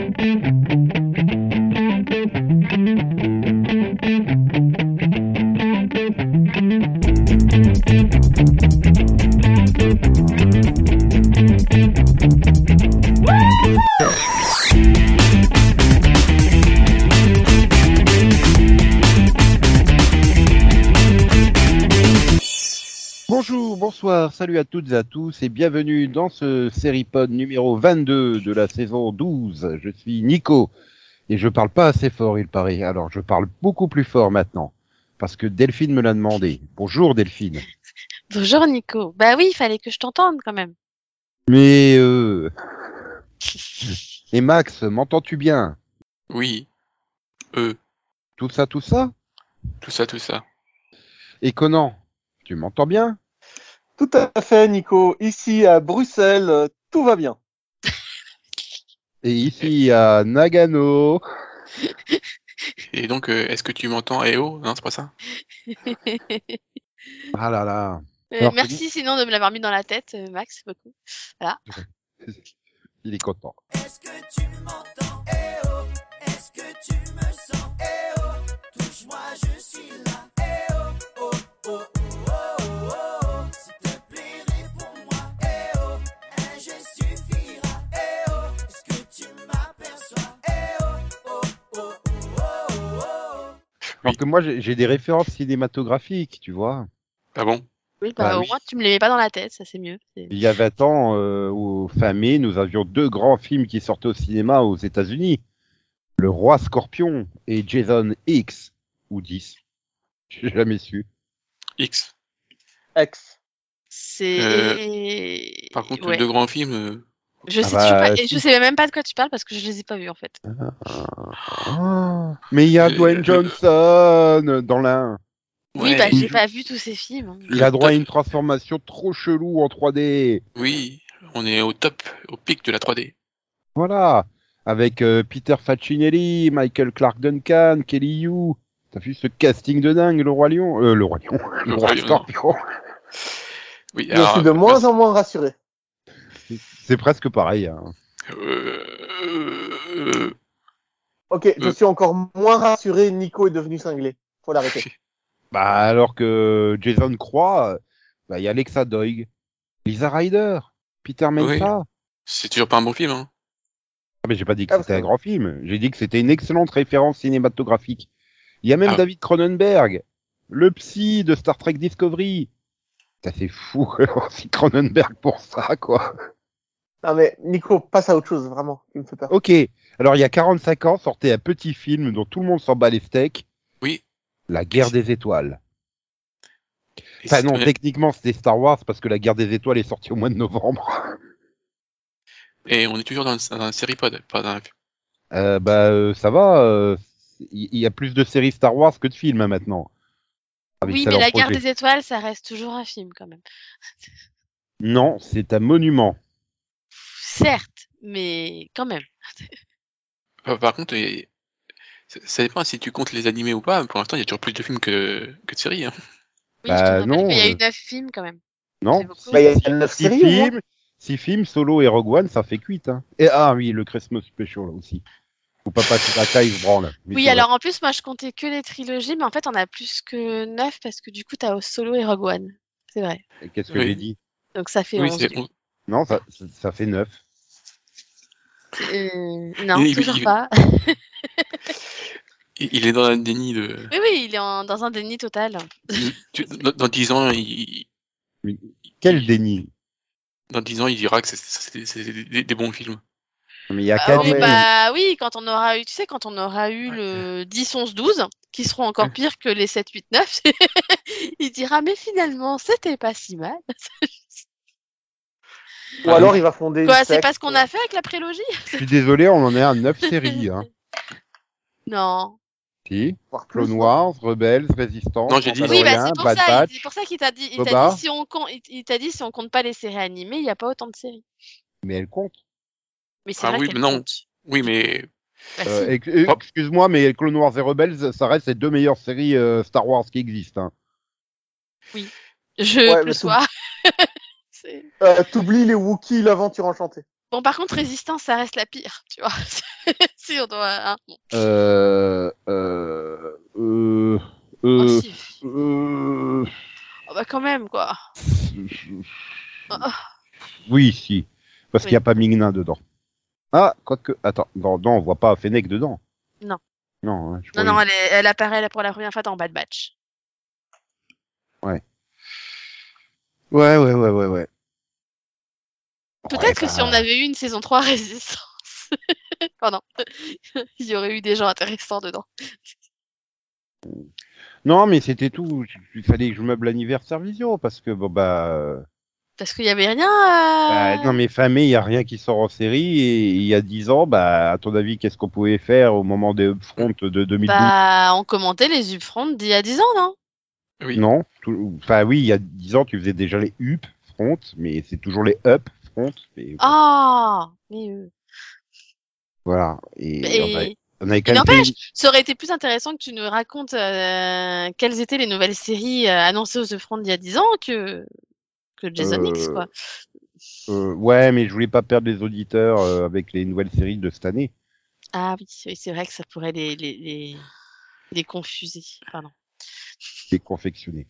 Bonjour, bonsoir, salut à toutes et à tous et bienvenue dans ce Seripod numéro 22 de la saison 12. Je suis Nico et je parle pas assez fort, il paraît. Alors je parle beaucoup plus fort maintenant parce que Delphine me l'a demandé. Bonjour Delphine. Bonjour Nico. Bah oui, il fallait que je t'entende quand même. Mais Et Max, m'entends-tu bien? Oui. Tout ça? Tout ça. Et Conan, tu m'entends bien? Tout à fait, Nico. Ici à Bruxelles, tout va bien. Et ici à Nagano. Et donc, est-ce que tu m'entends EO? Non, c'est pas ça. Ah là là. Alors, merci sinon de me l'avoir mis dans la tête, Max, beaucoup. Voilà. Il est content. Est-ce que tu m'entends? Eh oh, est-ce que tu me sens? Eh oh, touche-moi, je suis là. Eh oh, oh, oh, oh, oh, oh, oh. S'il te plaît, réponds-moi. Eh oh, un geste suffira. Eh oh, est-ce que tu m'aperçois? Eh oh, oh, oh, oh, oh, oh, oh. Alors que moi j'ai des références cinématographiques, tu vois. Ah bon? Oui, bah, au moins tu me les mets pas dans la tête, ça c'est mieux. Il y a 20 ans, au fin mai, nous avions deux grands films qui sortaient au cinéma aux États-Unis. Le Roi Scorpion et Jason X, ou 10. J'ai jamais su. X. Ex. C'est. Par contre, Ouais. deux grands films. Je sais, bah, toujours pas, si. je sais même pas de quoi tu parles parce que je les ai pas vus en fait. Mais il y a Dwayne Johnson dans l'un. Oui, bah j'ai pas vu tous ces films. Hein. Il a droit à une transformation trop chelou en 3D. Oui, on est au top, au pic de la 3D. Voilà. Avec Peter Facinelli, Michael Clark Duncan, Kelly Hu. T'as vu ce casting de dingue, le Roi Lion? Le Roi Lion. Le Roi Lion. Scorpion. Oui, Je suis de moins en moins rassuré. C'est presque pareil. Hein. Ok, je suis encore moins rassuré. Nico est devenu cinglé. Faut l'arrêter. Bah, alors que Jason Croix, bah, il y a Alexa Doig, Lisa Ryder, Peter Mensah. C'est toujours pas un bon film, hein. Ah, mais j'ai pas dit que c'était un grand film. J'ai dit que c'était une excellente référence cinématographique. Il y a même David Cronenberg, le psy de Star Trek Discovery. Ça c'est fou, aussi Cronenberg pour ça, quoi. Non mais Nico, passe à autre chose, vraiment. Il me fait peur. Ok. Alors, il y a 45 ans, sortait un petit film dont tout le monde s'en bat les steaks. Oui. La Guerre des Étoiles. Enfin non, techniquement c'était Star Wars parce que la Guerre des Étoiles est sortie au mois de novembre. Et on est toujours dans un Seripod, pas dans un film. Ça va. Il y a plus de séries Star Wars que de films hein, maintenant. Avec Oui, ça, mais leur la Guerre projet. des Étoiles, ça reste toujours un film quand même. Non, c'est un monument. Certes, mais quand même. Par contre, ça dépend si tu comptes les animés ou pas. Pour l'instant, il y a toujours plus de films que de séries. Hein. Oui, Bah, je te rappelle non, qu'il y a eu 9 films quand même. Non. C'est beaucoup. Bah, il y a 9 6 séries, au moins. films, 6 films, Solo et Rogue One, ça fait 8. Hein. Et oui, le Christmas Special là aussi. Faut pas passer la taille, se branle. Mais Oui, c'est alors en plus, moi je comptais que les trilogies, mais en fait on a plus que 9 parce que du coup t'as Solo et Rogue One. C'est vrai. vrai. Qu'est-ce que Oui. j'ai dit? Donc ça fait Oui, 11. c'est du coup. Non, ça fait 9. Non, toujours pas. Il est dans un déni de. Oui, il est dans un déni total. Dans 10 ans, Quel déni? dans 10 ans, il dira que c'est des bons films. Mais il y a Oui, quand on aura eu, tu sais, quand on aura eu le 10, 11, 12, qui seront encore pires que les 7, 8, 9, il dira, mais finalement, c'était pas si mal. Ou alors il va fonder. Quoi, une c'est secte. pas ce qu'on a fait avec la prélogie? Je suis désolé, on en est à 9 séries. Hein. Non. Si. Voire plus, Clone non Wars, Rebels, Résistance, Non, j'ai dit- Oui, bah, Mandalorian, c'est pour Bad ça. Batch. C'est pour ça qu'il t'a dit, Boba. il t'a dit si on compte pas les séries animées, il n'y a pas autant de séries. Mais elle compte. Mais c'est Ah vrai oui, qu'elles mais non. comptent. Oui, mais Bah, si. Excuse-moi, mais Clone Wars et Rebels, ça reste les deux meilleures séries Star Wars qui existent. Hein. Je Ouais, le mais sois. T'oublies les Wookiees, l'aventure enchantée. Bon, par contre, Résistance, ça reste la pire, tu vois. Si on doit. Hein. Euh, euh, euh, Oh, euh, si. euh, Oh, bah, quand même, quoi. Oh, oh, oui, si. Parce qu'il oui. n'y a pas Ming-Na dedans. Ah, quoique, attends, non, on voit pas Fennec dedans. Non. Non, hein, je Non, croyais- non, elle apparaît là pour la première fois dans Bad Batch. Ouais, ouais. Peut-être que Ouais, si on avait eu une saison 3 Résistance. Pardon. Il y aurait eu des gens intéressants dedans. non, mais c'était tout. Il fallait que je meuble l'anniversaire Visio parce que bon Parce qu'il y avait rien. non mais fin mai, il y a rien qui sort en série et il y a 10 ans, à ton avis, qu'est-ce qu'on pouvait faire au moment des upfronts de 2012? Bah, on commentait les upfronts d'il y a 10 ans, non? Oui. Non, enfin oui, il y a 10 ans, tu faisais déjà les upfronts, mais c'est toujours les upfronts. Mais Ah! Mais voilà. Et on avait quand Mais même fait n'empêche, ça aurait été plus intéressant que tu nous racontes quelles étaient les nouvelles séries annoncées aux upfronts d'il y a 10 ans que Jason X, quoi. ouais, mais je voulais pas perdre les auditeurs avec les nouvelles séries de cette année. Ah oui, c'est vrai que ça pourrait les confuser. Pardon. Les confectionner.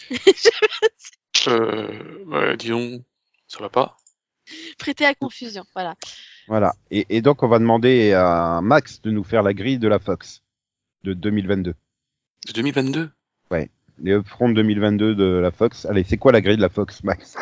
Disons, ça va pas. Prêter à confusion, voilà. Voilà. Et donc, on va demander à Max de nous faire la grille de la Fox de 2022. De 2022. Les upfronts 2022 de la Fox. Allez, c'est quoi la grille de la Fox, Max?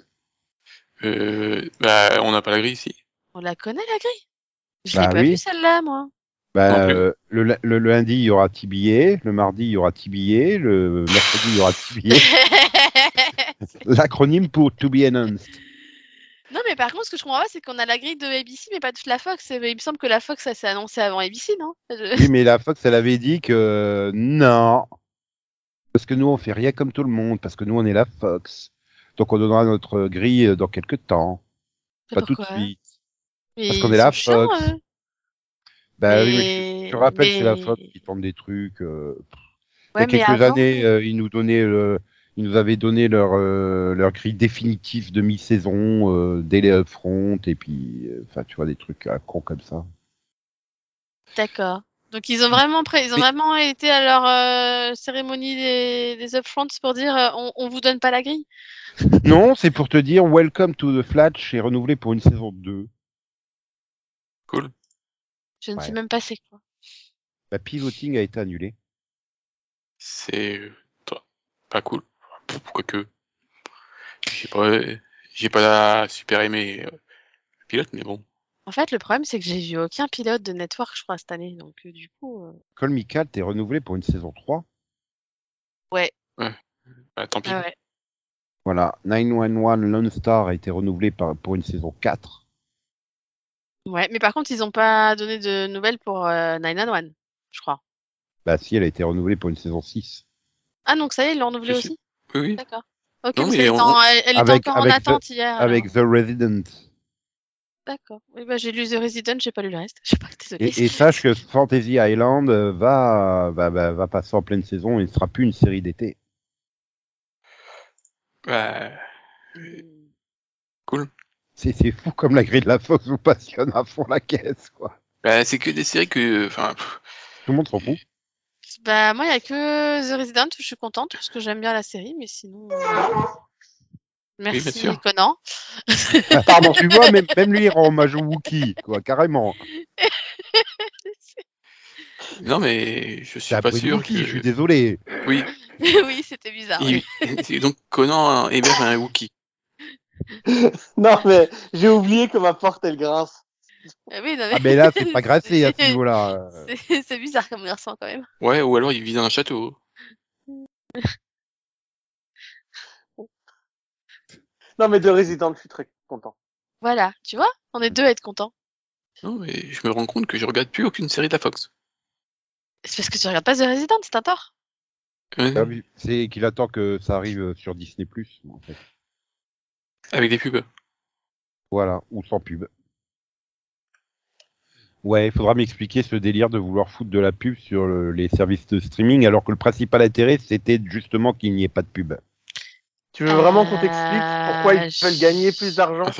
On n'a pas la grille ici. On la connaît, la grille? Je Bah l'ai pas oui. vue, celle-là, moi. Non plus. Le lundi, il y aura TBA. Le mardi, il y aura TBA. Le mercredi, il y aura TBA. L'acronyme pour To Be Announced. Non, mais par contre, ce que je comprends pas, c'est qu'on a la grille de ABC, mais pas de la Fox. Il me semble que la Fox, ça s'est annoncé avant ABC, non? Oui, mais la Fox, elle avait dit que non. Parce que nous, on fait rien comme tout le monde. Parce que nous, on est la Fox. Donc, on donnera notre grille dans quelques temps. Pas tout de Pourquoi? suite. Mais Parce qu'on ils est la sont chiants, Fox. eux. Bah oui, mais je te rappelle, c'est la mais- Fox qui tente des trucs. Il y Ouais, a mais quelques avant, années, ils nous avaient donné leur grille définitive de mi-saison dès les upfronts et puis, enfin, tu vois, des trucs à con comme ça. d'accord. Donc ils ont vraiment été à leur cérémonie des upfronts pour dire on vous donne pas la grille. Non, c'est pour te dire Welcome to the Flash est renouvelé pour une saison 2. Cool. Je ne Ouais. sais même pas c'est quoi. La pivoting a été annulée. C'est pas cool. Pourquoi que j'ai pas super aimé le pilote, mais bon. En fait, le problème c'est que j'ai vu aucun pilote de network, je crois, cette année. Donc du coup, Cole Mical est renouvelé pour une saison 3. Tant pis. ah ouais. Voilà. 911 Lone Star a été renouvelé pour une saison 4. Ouais, mais par contre, ils ont pas donné de nouvelles pour 911, je crois. Bah si, elle a été renouvelée pour une saison 6. Ah donc ça y est, ils l'ont renouvelé Si, si. aussi. Oui, oui. D'accord. Ok, Non, parce mais qu'elle elle était Avec- encore en avec attente hier. Avec alors. The Resident. D'accord. Oui, bah j'ai lu The Resident, j'ai pas lu le reste. Je sais pas, désolée. Et sache que Fantasy Island va passer en pleine saison et ne sera plus une série d'été. Bah, cool. C'est fou comme la grille de la Fox vous passionne à fond la caisse, quoi. Bah, c'est que des séries que, enfin, Tout le monde s'en fout. Bah moi, il y a que The Resident où je suis contente parce que j'aime bien la série, mais sinon. bien Merci sûr. Conan. Pardon, tu vois, même lui il rend hommage au Wookie, quoi, carrément. non, mais je suis C'est un pas bruit de sûr Wookie, que. je suis désolé. Oui. Oui, c'était bizarre. Oui. Donc Conan héberge un Wookie. Non, mais j'ai oublié que ma porte, elle grince. Oui, non, Ah mais là, c'est pas grassé à ce niveau-là. C'est bizarre comme garçon quand même. Ouais, ou alors il vit dans un château. Non, mais de Resident, je suis très content. Voilà, tu vois, on est deux à être contents. Non, mais je me rends compte que je regarde plus aucune série de la Fox. C'est parce que tu regardes pas The Resident, c'est un tort. Ah oui, c'est qu'il attend que ça arrive sur Disney+, en fait. Avec des pubs. Voilà, ou sans pub. Ouais, il faudra m'expliquer ce délire de vouloir foutre de la pub sur les services de streaming, alors que le principal intérêt, c'était justement qu'il n'y ait pas de pub. Tu veux vraiment qu'on t'explique pourquoi ils veulent gagner plus d'argent? Enfin,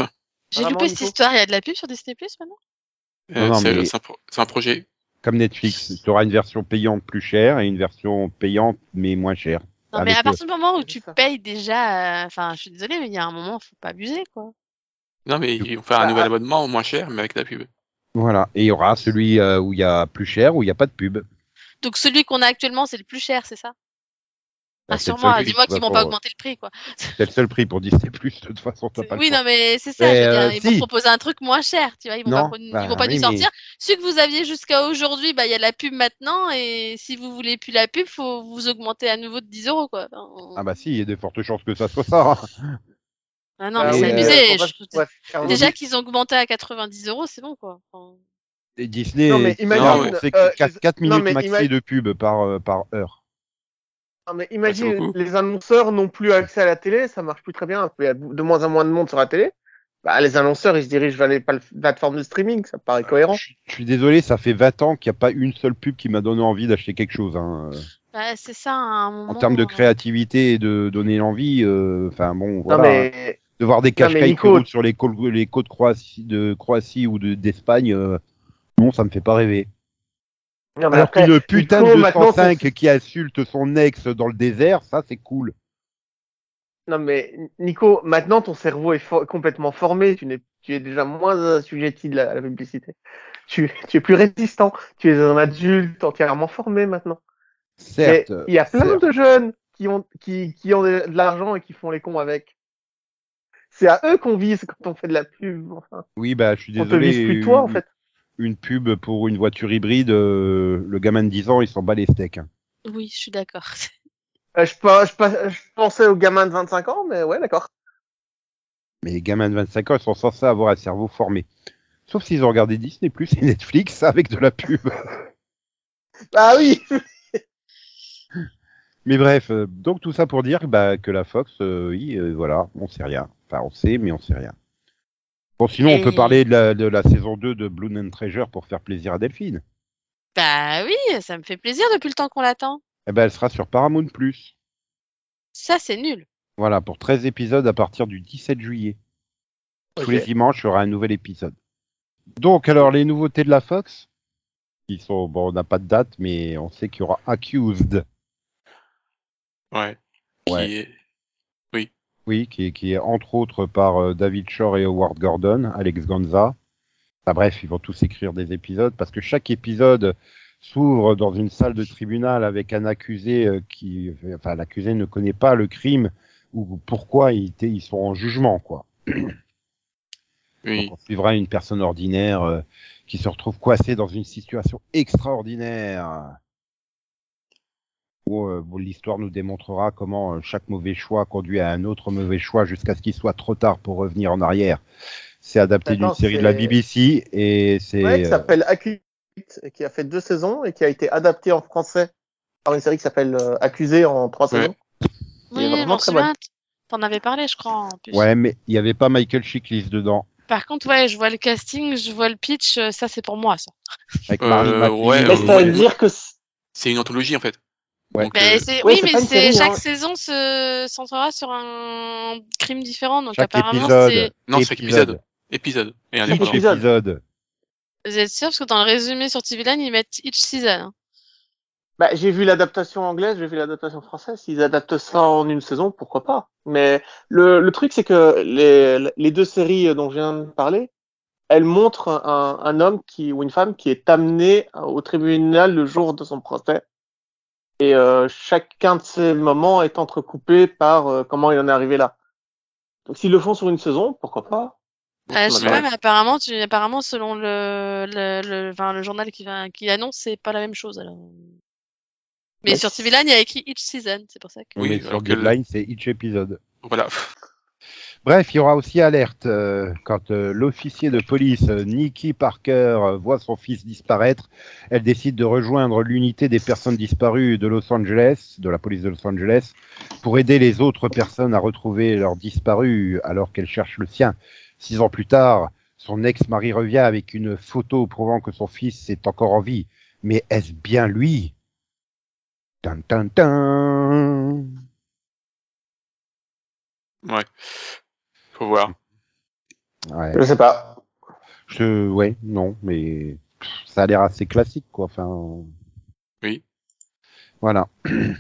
J'ai Vraiment, loupé cette Nico histoire, il y a de la pub sur Disney Plus maintenant? Non, C'est mais- c'est un projet. Comme Netflix, tu auras une version payante plus chère et une version payante mais moins chère. Non, mais Avec, à partir du moment où c'est tu ça. payes déjà, enfin, je suis désolée, mais il y a un moment, faut pas abuser, quoi. Non, mais ils vont faire un Bah, nouvel abonnement moins cher, mais avec la pub. Voilà. Et il y aura celui où il y a plus cher, où il n'y a pas de pub. Donc celui qu'on a actuellement, c'est le plus cher, c'est ça? Bah, c'est le Rassure-moi, seul prix, dis-moi de toute qu'ils vont pas façon, augmenter le prix, quoi. C'est le seul prix pour Disney+. De toute façon, t'as pas le Oui, choix. non, mais c'est ça, Mais, je veux dire, ils vont si. proposer un truc moins cher, tu vois, ils vont Non, pas, ils bah vont pas oui, nous sortir. Celui que vous aviez jusqu'à aujourd'hui, bah, il y a la pub maintenant, et si vous voulez plus la pub, faut vous augmenter à nouveau de 10 euros, quoi. Ah bah si, il y a de fortes chances que ça soit ça. Ah non, Bah mais oui, c'est mais abusé. faut pas- ouais, faire un Déjà audit. qu'ils ont augmenté à 90 euros, c'est bon, quoi. Enfin, Et Disney, Non, mais imagine, 4 non, minutes mais maxi de pub par heure. Non, mais c'est imagine, beaucoup. les annonceurs n'ont plus accès à la télé, ça marche plus très bien. Il y a de moins en moins de monde sur la télé. Bah, les annonceurs, ils se dirigent vers les plateformes de streaming, ça paraît cohérent. Je suis désolé, ça fait 20 ans qu'il n'y a pas une seule pub qui m'a donné envie d'acheter quelque chose. Hein. bah, c'est ça, à un moment. En termes de créativité et de donner l'envie, enfin bon, Non, voilà. mais, De voir des Non, mais cache-cailles qui Nico- roulent sur les côtes de Croatie ou d'Espagne, non, ça me fait pas rêver. non, mais Alors après, qu'une putain Nico, de maintenant, 205 qui insulte son ex dans le désert, ça c'est cool. non, mais Nico, maintenant, ton cerveau est complètement formé. Tu es déjà moins assujetti à la publicité. Tu es plus résistant. Tu es un adulte entièrement formé maintenant. Certes, Mais il y a plein certes. de jeunes qui ont de l'argent et qui font les cons avec. C'est à eux qu'on vise quand on fait de la pub. Enfin, Oui, bah je suis on te désolé. vise plus toi, en fait. Une pub pour une voiture hybride, le gamin de 10 ans, il s'en bat les steaks. Hein. Oui, je suis d'accord. Je pensais aux gamins de 25 ans, mais ouais, d'accord. Mais les gamins de 25 ans, ils sont censés avoir un cerveau formé. Sauf s'ils ont regardé Disney+, et Netflix avec de la pub. Ah oui. Mais bref, donc tout ça pour dire bah, que la Fox, oui, voilà, on sait rien. Enfin, on sait, mais on sait rien. Bon, sinon, on peut parler de la saison 2 de Blood and Treasure pour faire plaisir à Delphine. Bah oui, ça me fait plaisir depuis le temps qu'on l'attend. Eh ben, elle sera sur Paramount+. Ça, c'est nul. Voilà, pour 13 épisodes à partir du 17 juillet. Tous Ok. les dimanches, il y aura un nouvel épisode. Donc, alors, les nouveautés de la Fox, qui sont, bon, on n'a pas de date, mais on sait qu'il y aura Accused. Ouais. Ouais. Qui est... Oui, qui est entre autres par David Shore et Howard Gordon, Alex Gonza. Enfin, bref, ils vont tous écrire des épisodes parce que chaque épisode s'ouvre dans une salle de tribunal avec un accusé enfin, l'accusé ne connaît pas le crime ou pourquoi ils sont en jugement, quoi. Oui. Donc, on suivra une personne ordinaire qui se retrouve coincée dans une situation extraordinaire. Où l'histoire nous démontrera comment chaque mauvais choix conduit à un autre mauvais choix jusqu'à ce qu'il soit trop tard pour revenir en arrière. C'est adapté d'une Attends, série de la BBC et c'est Ouais, qui s'appelle Accused, et qui a fait 2 saisons et qui a été adapté en français par une série qui s'appelle Accusé en 3 Ouais. saisons. Oui, est je vraiment m'en très souviens. T'en avais parlé, je crois, en plus. ouais, mais il y avait pas Michael Chiklis dedans Par contre, ouais, je vois le casting, je vois le pitch, ça, c'est pour moi, ça. avec Marie McLean ouais, et- Laisse-toi ouais. dire que C'est une anthologie, en fait. Ouais. Donc, Mais Ouais, oui, c'est mais pas une série, chaque hein. saison se centrera sur un crime différent, donc chaque apparemment, épisode, c'est... Non, chaque épisode. Épisode. Et Chaque indépendant. épisode. épisode. Vous êtes sûr? Parce que dans le résumé sur TV Line, ils mettent each season. Hein. bah, j'ai vu l'adaptation anglaise, j'ai vu l'adaptation française. S'ils adaptent ça en une saison, pourquoi pas. Mais le truc, c'est que les 2 séries dont je viens de parler, elles montrent un homme ou une femme qui est amené au tribunal le jour de son procès. Et chacun de ces moments est entrecoupé par comment il en est arrivé là. Donc s'ils le font sur une saison, pourquoi pas. Je sais Ouais. pas, mais apparemment, selon le journal qui annonce, c'est pas la même chose, alors. Mais Ouais. sur TV Line, il y a écrit each season, c'est pour ça que... Oui, mais sur alors que Deadline, c'est each épisode. Voilà. Bref, il y aura aussi alerte quand l'officier de police Nikki Parker voit son fils disparaître. Elle décide de rejoindre l'unité des personnes disparues de Los Angeles, de la police de Los Angeles, pour aider les autres personnes à retrouver leurs disparus alors qu'elle cherche le sien. 6 ans plus tard, son ex-mari revient avec une photo prouvant que son fils est encore en vie. Mais est-ce bien lui? Tin, tin, tin. Ouais. Faut voir. Ouais. Je sais pas. Ouais, non, mais ça a l'air assez classique, quoi. Enfin, Oui. voilà.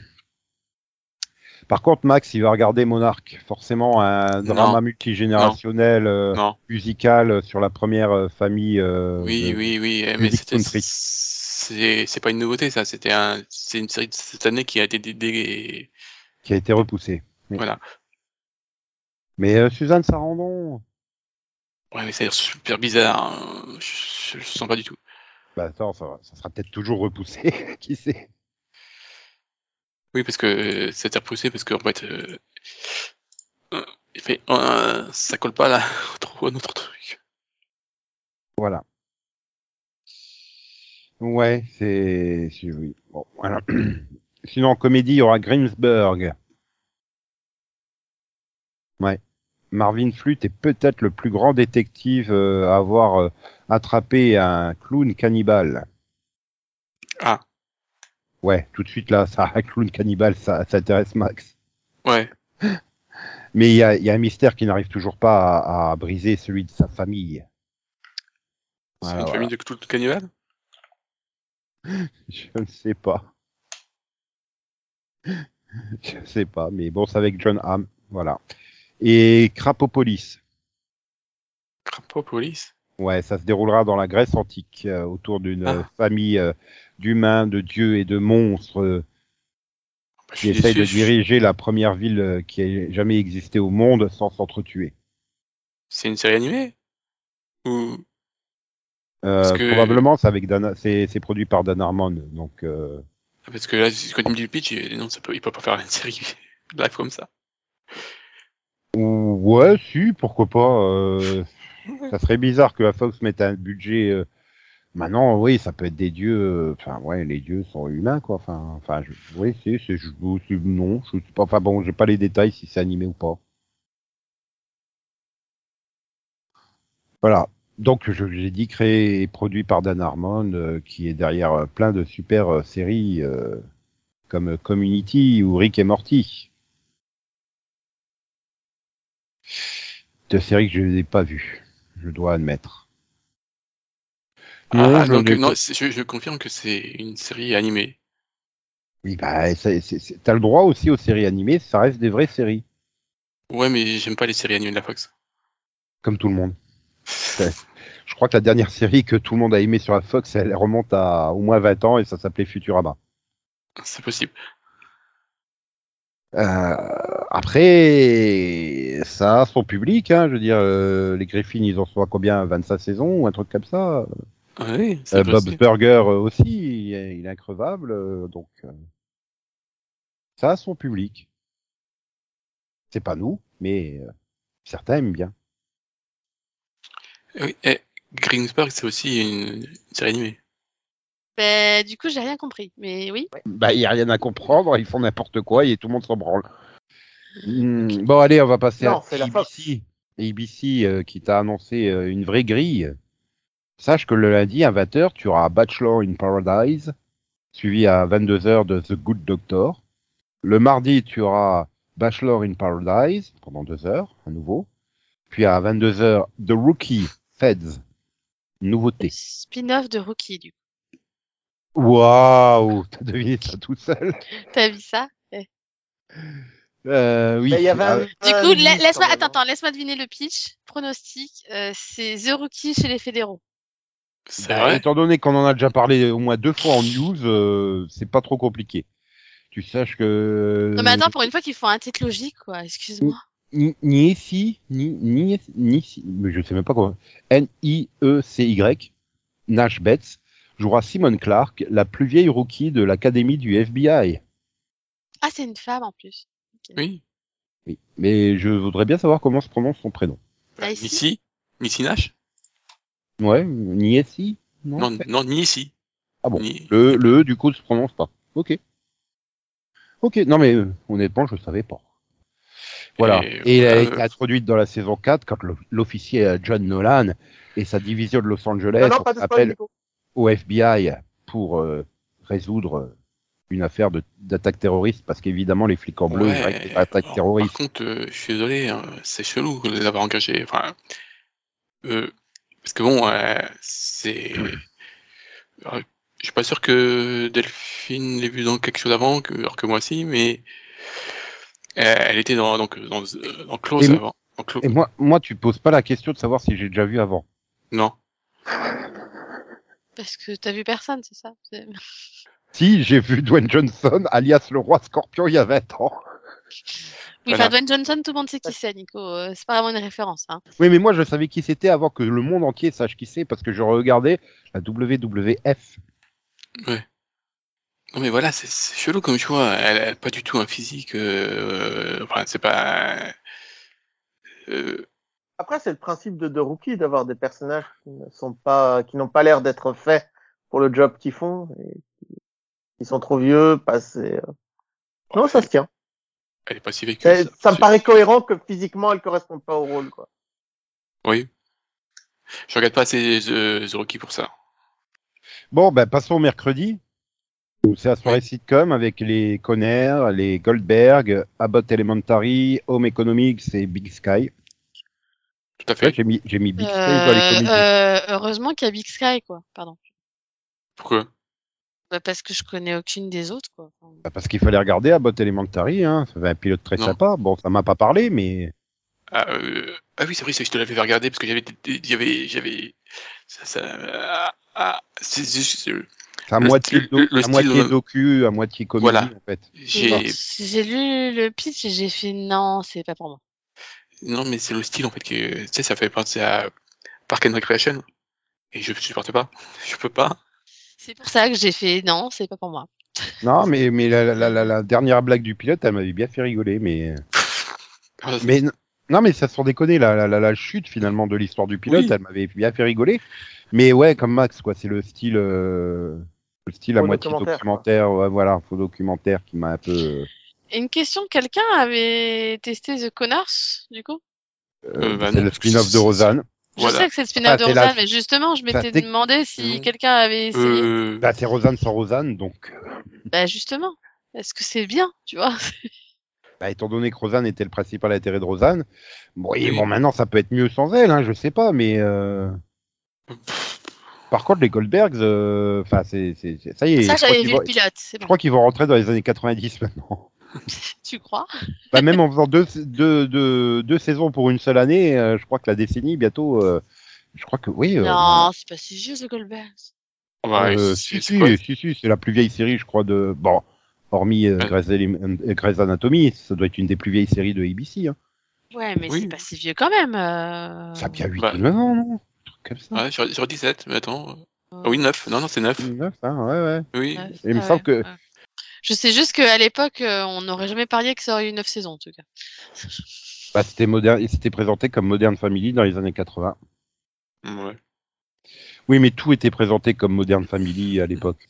Par contre, Max, il va regarder Monarch. Forcément, un drama Non, multigénérationnel non. musical sur la première famille Oui, de oui, oui, mais musique country. c'est pas une nouveauté, ça. C'est une série de cette année qui a été Qui a été repoussé. Oui. voilà. Mais Suzanne Sarandon, Ouais, mais ça a l'air super bizarre, hein. Je sens pas du tout. bah attends, ça sera peut-être toujours repoussé. Qui sait? Oui, parce que ça a été repoussé parce qu'en fait, euh, ça colle pas là, trop à notre truc. Voilà. Ouais, oui. Bon, voilà. Sinon, en comédie, il y aura Greensburg. Ouais. Marvin Flute est peut-être le plus grand détective à avoir attrapé un clown cannibale. Ah, Ouais, tout de suite là, ça, un clown cannibale, ça intéresse Max. ouais. Mais il y a un mystère qui n'arrive toujours pas à briser, celui de sa famille. C'est Voilà, une famille de clowns cannibales? Je ne sais pas. Je ne sais pas, mais bon, c'est avec John Hamm. Voilà. Et Crapopolis. Crapaud Police? Ouais, ça se déroulera dans la Grèce antique, autour d'une Ah, famille d'humains, de dieux et de monstres bah, je qui suis essayent déçu. de diriger la première ville qui ait jamais existé au monde sans s'entretuer. C'est une série animée? Ou parce que Probablement, c'est avec c'est produit par Dan Harmon, donc parce que là, quand il me dit le pitch, non, il peut pas faire une série live comme ça. ouais, si, pourquoi pas. Ça serait bizarre que la Fox mette un budget. Maintenant, oui, ça peut être des dieux. Enfin, ouais, les dieux sont humains, quoi. Enfin, oui, non, je sais pas. Enfin bon, j'ai pas les détails si c'est animé ou pas. Voilà. Donc, j'ai dit créé et produit par Dan Harmon, qui est derrière plein de super séries comme Community ou Rick et Morty. De séries que je n'ai pas vues, je dois admettre. Non, Ah, je donc n'ai non, pas. je confirme que c'est une série animée. Oui, bah, t'as le droit aussi aux séries animées, ça reste des vraies séries, Ouais, mais j'aime pas les séries animées de la Fox. comme tout le monde. Ouais. Je crois que la dernière série que tout le monde a aimée sur la Fox, elle remonte à au moins 20 ans et ça s'appelait Futurama. C'est possible. Après, ça a son public, hein, je veux dire, les Griffins, ils en sont à combien, 25 saisons ou un truc comme ça. Oui, c'est Bob's possible. Burger aussi, il est increvable, donc ça a son public. C'est pas nous, mais certains aiment bien. Oui, et Greensburg, c'est aussi une série animée. Ben, du coup, j'ai rien compris. Mais oui. Bah, il y a rien à comprendre, ils font n'importe quoi et tout le monde s'en branle. Ok. Bon, allez, on va passer à Non, c'est la Fox. ABC. ABC qui t'a annoncé une vraie grille. Sache que le lundi à 20h, tu auras Bachelor in Paradise, suivi à 22h de The Good Doctor. Le mardi, tu auras Bachelor in Paradise pendant 2 heures, à nouveau. Puis à 22h, The Rookie Feds, nouveauté. Spin-off de Rookie, du coup. Waouh, t'as deviné ça tout seul. T'as vu ça? Oui. Bah, il y avait un Du coup, indice, laisse-moi, quand même, hein. attends, laisse-moi deviner le pitch. Pronostic, c'est The Rookie chez les fédéraux. C'est Bah, vrai? étant donné qu'on en a déjà parlé au moins 2 fois en news, c'est pas trop compliqué. Tu saches que Non, mais attends, pour une fois qu'il faut un titre logique, quoi. Excuse-moi. Nieci, mais je sais même pas comment. Nieci, Nash Betts, jouera Simone Clark, la plus vieille rookie de l'académie du FBI. Ah, c'est une femme en plus. Oui. Oui, mais je voudrais bien savoir comment se prononce son prénom. Là, ici. Missy? Missy Nash? Ouais, Nieci, non? Non, ni ici. Ah bon, Ni... le du coup se prononce pas. Ok. Ok, non mais honnêtement, je savais pas. Voilà. Et elle a été introduite dans la saison 4 quand l'officier John Nolan et sa division de Los Angeles Non, pas de spoil, appellent Nico. au FBI pour résoudre une affaire d'attaque terroriste parce qu'évidemment les flics en bleu ils règlent des attaques Par terroristes. contre, je suis désolé, hein, c'est chelou de l'avoir engagé. Enfin, Parce que bon, c'est... Je suis pas sûr que Delphine l'ait vu dans quelque chose avant, alors que moi aussi, mais elle était dans Close Et- avant. Dans Close. Et moi, tu poses pas la question de savoir si j'ai déjà vu avant. Non. Parce que t'as vu personne, c'est ça? Si, j'ai vu Dwayne Johnson, alias le roi Scorpion, il y a 20 ans. Oui, Voilà. enfin, Dwayne Johnson, tout le monde sait qui c'est, Nico. C'est pas vraiment une référence, hein. Oui, mais moi, je savais qui c'était avant que le monde entier sache qui c'est, parce que je regardais la WWF. Non mais voilà, c'est chelou comme choix. Elle a pas du tout un physique. Enfin, c'est pas. Après, c'est le principe de Rookie d'avoir des personnages qui n'ont pas l'air d'être faits pour le job qu'ils font, et qui sont trop vieux, passés. Non, ça se tient. Elle est pas si vieille que Ça me paraît cohérent que physiquement, elle correspond pas au rôle, quoi. Oui. Je regarde pas assez The Rocky pour ça. Bon, ben, passons au mercredi. où c'est la soirée sitcom avec les Conner, les Goldberg, Abbott Elementary, Home Economics et Big Sky. Tout à fait. Ouais, j'ai mis Big Sky dans les comédies. Heureusement qu'il y a Big Sky, quoi. Pardon. Pourquoi? Bah, parce que je connais aucune des autres, quoi. Enfin, Bah, parce qu'il fallait regarder Abbott Elementary, hein. Ça avait un pilote très Non. sympa. Bon, ça m'a pas parlé, mais Ah oui, c'est vrai, je te l'avais fait regarder parce que j'avais, c'est c'est à Le moitié, style- le à style, moitié docu, à moitié comédie, voilà. en fait. j'ai lu le pitch et j'ai fait non, c'est pas pour moi. Non, mais c'est le style en fait que, tu sais, ça fait penser à Park and Recreation. Et je supporte pas. Je peux pas. C'est pour ça que j'ai fait non, c'est pas pour moi. Non, mais la dernière blague du pilote, elle m'avait bien fait rigoler, mais non, mais ça sans déconner, la chute finalement de l'histoire du pilote, Oui. elle m'avait bien fait rigoler. Mais ouais, comme Max, quoi, c'est le style à Faux moitié documentaire, documentaire, ouais, voilà, faux documentaire qui m'a un peu. Et une question, quelqu'un avait testé The Connors, du coup? Bah C'est non. le spin-off de Rosanne. Je Voilà. sais que c'est le spin-off de c'est la- Rosanne, mais justement, je m'étais c'est- demandé si Non. quelqu'un avait essayé. Bah, c'est Rosanne sans Rosanne, donc. Bah, justement. Est-ce que c'est bien, tu vois? Bah, étant donné que Rosanne était le principal intérêt de Rosanne, bon, Oui. bon, maintenant ça peut être mieux sans elle, hein, je sais pas, mais. Par contre, les Goldbergs, enfin, ça y est. Ça, je crois j'avais qu'ils vu vont- le pilote, c'est Je bon. crois qu'ils vont rentrer dans les années 90 maintenant. Tu crois? Bah, même en faisant deux saisons pour une seule année, je crois que la décennie, bientôt, je crois que oui. Non, c'est pas si vieux, The Goldbergs. Ouais, si, c'est quoi? c'est la plus vieille série, je crois, de. Bon, hormis Grey's Anatomy, ça doit être une des plus vieilles séries de ABC. Hein. Ouais, mais Oui. c'est pas si vieux quand même. Ça a bien 8 Bah. ou 9 ans, non? Un truc comme ça. Ouais, sur 17, mais attends. Ah oui, 9. Non, c'est 9. 9, hein, ouais. Oui. Ouais, Il me ouais, semble que. ouais. Je sais juste qu'à l'époque, on n'aurait jamais parié que ça aurait eu 9 saisons, en tout cas. Bah, c'était présenté comme Modern Family dans les années 80. Ouais. Oui, mais tout était présenté comme Modern Family à l'époque.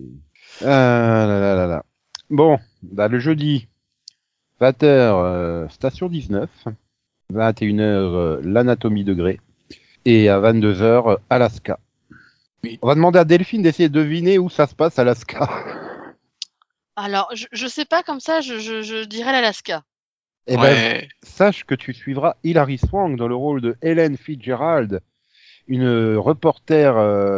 Là. Bon, bah, le jeudi, 20h, Station 19, 21h, l'Anatomie de Grey, et à 22h, Alaska. Oui. On va demander à Delphine d'essayer de deviner où ça se passe, Alaska. Alors, je sais pas, comme ça, je dirais l'Alaska. Eh ben, Ouais. sache que tu suivras Hilary Swank dans le rôle de Helen Fitzgerald, une reporter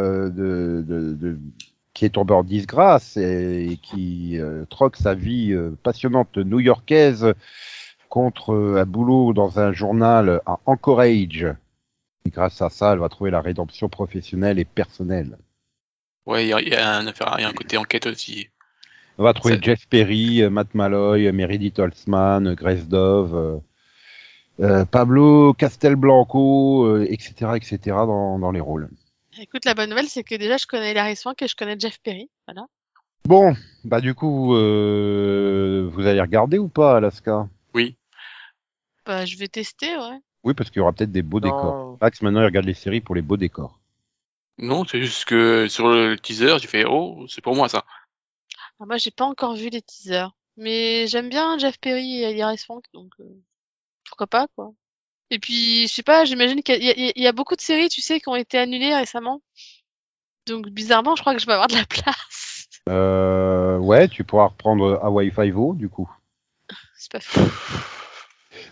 qui est tombée en disgrâce et qui troque sa vie passionnante new-yorkaise contre un boulot dans un journal à Anchorage. Et grâce à ça, elle va trouver la rédemption professionnelle et personnelle. Ouais, il y a un côté enquête aussi. On va trouver Ça- Jeff Perry, Matt Malloy, Meredith Holtzman, Grace Dove, Pablo Castelblanco, etc. dans les rôles. Écoute, la bonne nouvelle, c'est que déjà, je connais Hilary Swank et je connais Jeff Perry. Voilà. Bon, bah du coup, vous allez regarder ou pas Alaska? Oui. Bah, je vais tester, ouais. Oui, parce qu'il y aura peut-être des beaux décors. Non. Max, maintenant, il regarde les séries pour les beaux décors. Non, c'est juste que sur le teaser, j'ai fait oh, c'est pour moi ça. Ah, moi, j'ai pas encore vu les teasers. Mais j'aime bien Jeff Perry et Hilary Swank, donc pourquoi pas, quoi. Et puis, je sais pas, j'imagine qu'il y a beaucoup de séries, tu sais, qui ont été annulées récemment. Donc, bizarrement, je crois que je vais avoir de la place. Ouais, tu pourras reprendre Hawaii Five-O, du coup. C'est pas fou.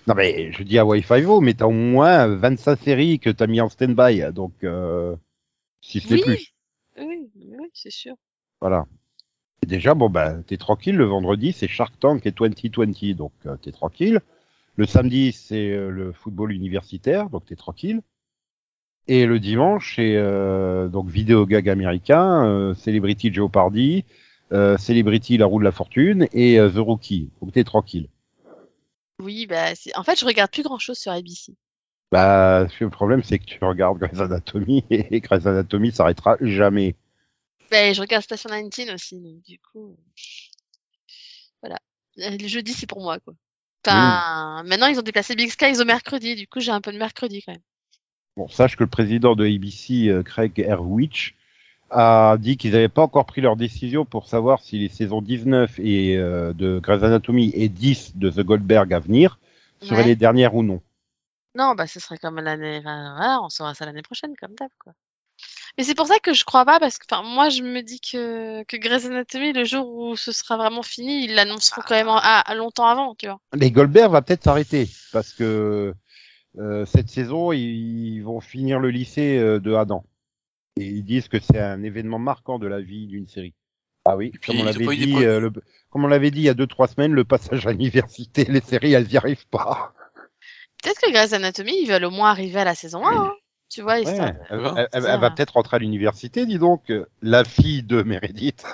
Non mais je dis Hawaii Five-O, mais t'as au moins 25 séries que t'as mis en stand-by, donc si ce n'est Oui, plus. oui, c'est sûr. Voilà. Et déjà, bon bah t'es tranquille, le vendredi c'est Shark Tank et 2020, donc t'es tranquille. Le samedi c'est le football universitaire, donc t'es tranquille. Et le dimanche c'est donc vidéo gag américain, Celebrity Jeopardy, Celebrity La Roue de la Fortune et The Rookie, donc t'es tranquille. Oui, bah, en fait, je regarde plus grand-chose sur ABC. Bah, le problème, c'est que tu regardes Grey's Anatomy et Grey's Anatomy s'arrêtera jamais. Bah, je regarde Station 19 aussi, donc du coup, voilà. Le jeudi, c'est pour moi, quoi. Enfin, maintenant, ils ont déplacé Big Sky au mercredi, du coup, j'ai un peu de mercredi quand même. Bon, sache que le président de ABC, Craig Erwich, a dit qu'ils n'avaient pas encore pris leur décision pour savoir si les saisons 19 et, de Grey's Anatomy et 10 de The Goldberg à venir seraient Ouais. les dernières ou non. Non, bah, ce serait comme l'année, enfin, voilà, on saura ça l'année prochaine, comme d'hab, quoi. Mais c'est pour ça que je crois pas, parce que, enfin, moi, je me dis que Grey's Anatomy, le jour où ce sera vraiment fini, ils l'annonceront quand même longtemps avant, tu vois. Les Goldberg va peut-être s'arrêter parce que cette saison, ils vont finir le lycée de Adam. Et ils disent que c'est un événement marquant de la vie d'une série. Ah oui, Et puis, comme on ils ont l'avait pas eu des dit, preuves. comme on l'avait dit il y a 2-3 semaines, le passage à l'université, les séries, elles y arrivent pas. Peut-être que Grey's Anatomy, ils veulent au moins arriver à la saison 1, hein, tu vois, histoire Ouais, de Voilà. elle dire, va peut-être rentrer à l'université, dis donc, la fille de Meredith.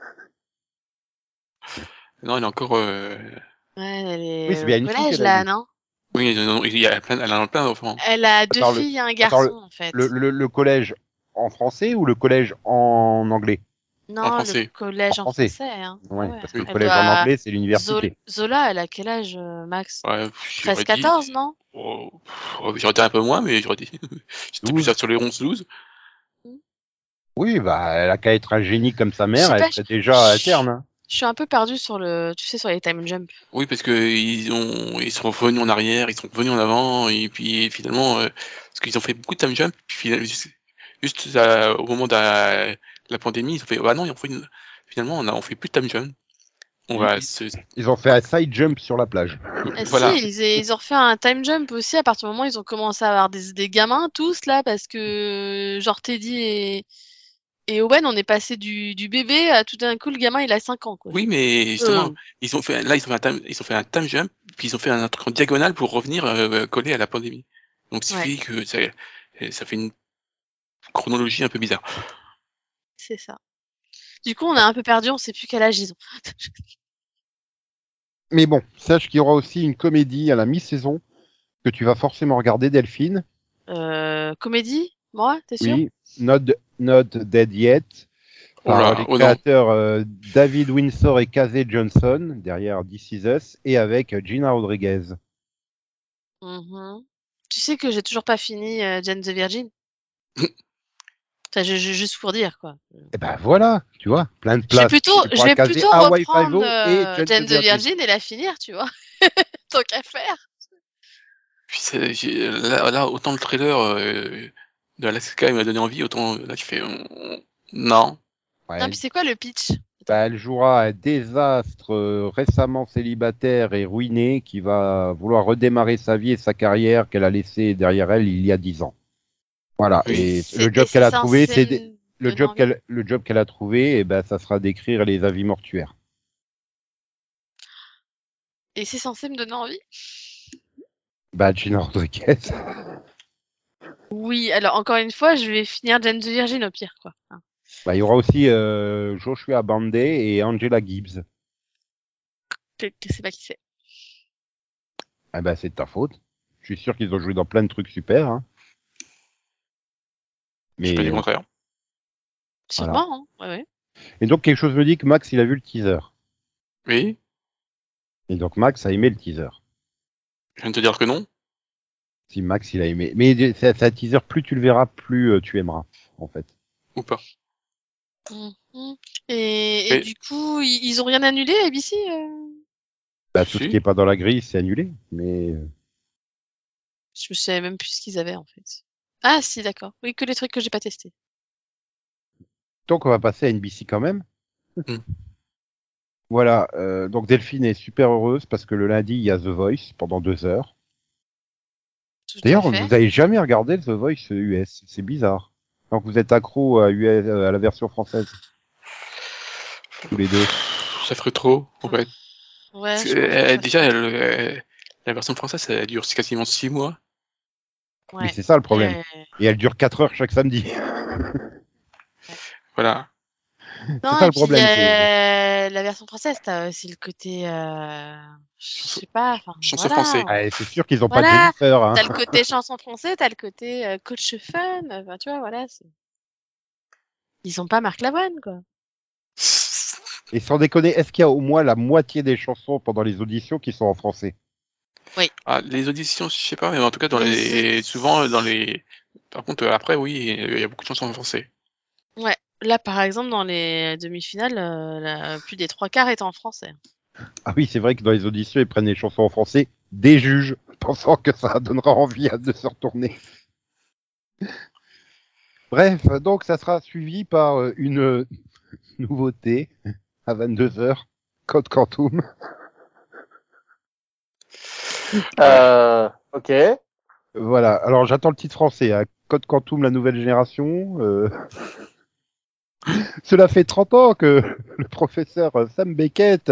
Non, elle est encore. ouais, elle Oui, c'est est au bien une fille collège, qu'elle a là, dit. non? Oui, non, il y a elle a plein d'enfants. Elle a 2 Attends, filles et un attends, garçon, en fait. le collège en français ou le collège en anglais? En Non, le français. En collège en français. français, hein. Ouais, Ouais. parce que le Oui. Elle collège en doit... anglais, c'est l'université. Zola, elle a quel âge, Max? Ouais, j'aurais dit. 13-14, non? Oh, j'aurais dit un peu moins, mais j'aurais dit. J'étais plus 12. sur les 11-12. Oui, bah, elle a qu'à être un génie comme sa Je mère, sais elle pas, serait déjà interne. Hein. je suis un peu perdue sur tu sais, sur les time jump. Oui, parce que ils sont revenus en arrière, ils sont revenus en avant, et puis finalement, parce qu'ils ont fait beaucoup de time jump, puis juste au moment de la pandémie, ils ont fait, ah non, finalement, on fait plus de time jump. On va se, Ils ont fait un side jump sur la plage. Si, voilà. ils ont refait un time jump aussi à partir du moment où ils ont commencé à avoir des gamins tous là, parce que genre Teddy et Owen, on est passé du bébé à tout d'un coup le gamin il a 5 ans, quoi. Oui, mais justement, ils ont fait un time jump, puis ils ont fait un truc en diagonale pour revenir coller à la pandémie. Donc, ce qui Ouais. fait que ça fait une chronologie un peu bizarre. C'est ça. Du coup, on est un peu perdu, on sait plus quel âge ils ont. Mais bon, sache qu'il y aura aussi une comédie à la mi-saison que tu vas forcément regarder, Delphine. Comédie? Moi, t'es sûr? Oui, Not Dead Yet, Oh par là, les oh non. créateurs David Windsor et Casey Johnson, derrière This Is Us, et avec Gina Rodriguez. Mhm. Tu sais que j'ai toujours pas fini Jane the Virgin? Enfin, juste pour dire, quoi. Et ben voilà, tu vois, plein de Je vais places. Tu je pourras vais caser plutôt Hawaii reprendre Five-O et Jane the Virgin et la finir, tu vois. Tant qu'à faire. Puis là, autant le trailer de Alaska il m'a donné envie, autant là tu fais non. Ouais. Non, mais c'est quoi le pitch? Bah, elle jouera un désastre récemment célibataire et ruiné qui va vouloir redémarrer sa vie et sa carrière qu'elle a laissée derrière elle il y a 10 ans. Voilà. Oui. Et C'est- le job et qu'elle a c'est trouvé, censé c'est me le donner job envie. le job qu'elle a trouvé, et ben ça sera d'écrire les avis mortuaires. Et c'est censé me donner envie? Bah, Gina Rodriguez. Oui, alors encore une fois, je vais finir Jane the Virgin au pire, quoi. Hein. Bah, il y aura aussi Joshua Bandé et Angela Gibbs. Je sais pas qui c'est. Ah bah, c'est de ta faute. Je suis sûr qu'ils ont joué dans plein de trucs super. Hein. Je peux Mais dire le contraire. Sûrement, hein. Ouais, ouais. et donc quelque chose me dit que Max il a vu le teaser. Oui, Et donc Max a aimé le teaser. je viens de te dire que non. Si Max il a aimé. Mais c'est un teaser, plus tu le verras, plus tu aimeras, en fait. Ou pas. Mhm. Et Mais- du coup, ils ont rien annulé, ABC? Bah, tout ce Si. qui est pas dans la grille, c'est annulé. Mais Je me savais même plus ce qu'ils avaient, en fait. Ah, si, d'accord. Oui, que les trucs que j'ai pas testés. donc on va passer à NBC quand même. Mm. Voilà. Donc Delphine est super heureuse parce que le lundi il y a The Voice pendant 2 heures. Tout D'ailleurs, à fait. vous avez jamais regardé The Voice US. C'est bizarre. Donc vous êtes accro à US, à la version française. Tous les deux. Ça ferait trop, en fait. Ouais, Parce je que, pense que ça déjà, fait- la version française, elle dure quasiment 6 mois. Mais ouais. c'est ça le problème. Euh, Et elle dure 4 heures chaque samedi. Voilà. C'est Non, ça et le puis problème. c'est- la version française, t'as aussi le côté, je sais pas, enfin Chanson voilà, français. Ah, c'est sûr qu'ils ont pas de voilà, Jennifer. Hein. t'as le côté chanson français, t'as le côté coach fun, enfin tu vois, voilà, ils ont pas Marc Lavoine quoi. Et sans déconner, est-ce qu'il y a au moins la moitié des chansons pendant les auditions qui sont en français? Ah, les auditions, je sais pas, mais en tout cas, Les- souvent, par contre, après, oui, il y a beaucoup de chansons en français. Ouais, là par exemple dans les demi-finales, plus des 3/4 étaient en français. Ah oui, c'est vrai que dans les auditions, ils prennent les chansons en français des juges, pensant que ça donnera envie de se retourner. Bref, donc ça sera suivi par une nouveauté à 22h, Code Quantum. Ok. Voilà, alors j'attends le titre français, hein. Code Quantum, la nouvelle génération. Cela fait 30 ans que le professeur Sam Beckett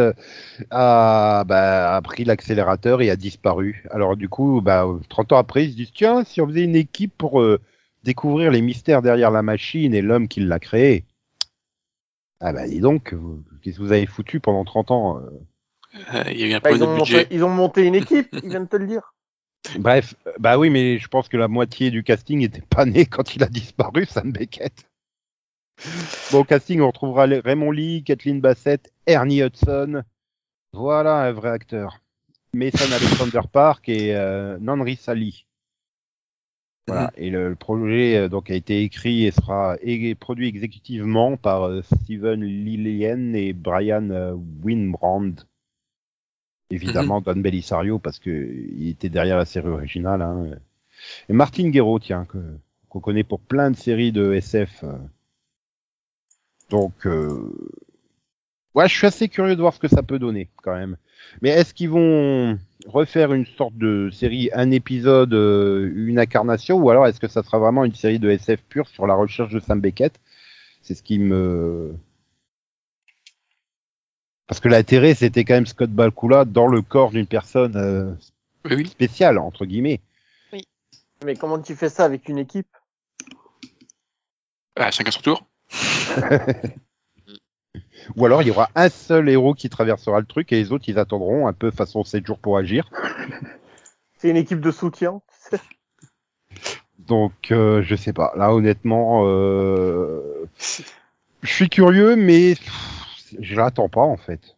a pris l'accélérateur et a disparu. Alors du coup, 30 ans après, ils se disent, tiens, si on faisait une équipe pour découvrir les mystères derrière la machine et l'homme qui l'a créée. Ah bah dis donc, qu'est-ce que vous avez foutu pendant 30 ans Il y a eu un Bah, problème de budget. ils ont monté une équipe, ils viennent de te le dire. Bref, bah oui, mais je pense que la moitié du casting était pas né quand il a disparu, Sam Beckett. Bon, au casting, on retrouvera Raymond Lee, Kathleen Bassett, Ernie Hudson. Voilà un vrai acteur. Mason Alexander Park et Nanri Sally. Voilà. Et le projet donc a été écrit et sera produit exécutivement par Steven Lillian et Brian Winbrand. Évidemment, Don Bellisario parce que il était derrière la série originale. Hein. Et Martin Guerreau, tiens, qu'on connaît pour plein de séries de SF. Donc, ouais, je suis assez curieux de voir ce que ça peut donner, quand même. Mais est-ce qu'ils vont refaire une sorte de série, un épisode, une incarnation, ou alors est-ce que ça sera vraiment une série de SF pure sur la recherche de Sam Beckett? C'est ce qui me... Parce que l'intérêt, c'était quand même Scott Bakula dans le corps d'une personne Oui. spéciale, entre guillemets. Mais comment tu fais ça avec une équipe? Ah, chacun son tour. Ou alors il y aura un seul héros qui traversera le truc et les autres ils attendront un peu façon 7 jours pour agir. C'est une équipe de soutien. Donc je sais pas. Là honnêtement, je suis curieux mais je l'attends pas en fait.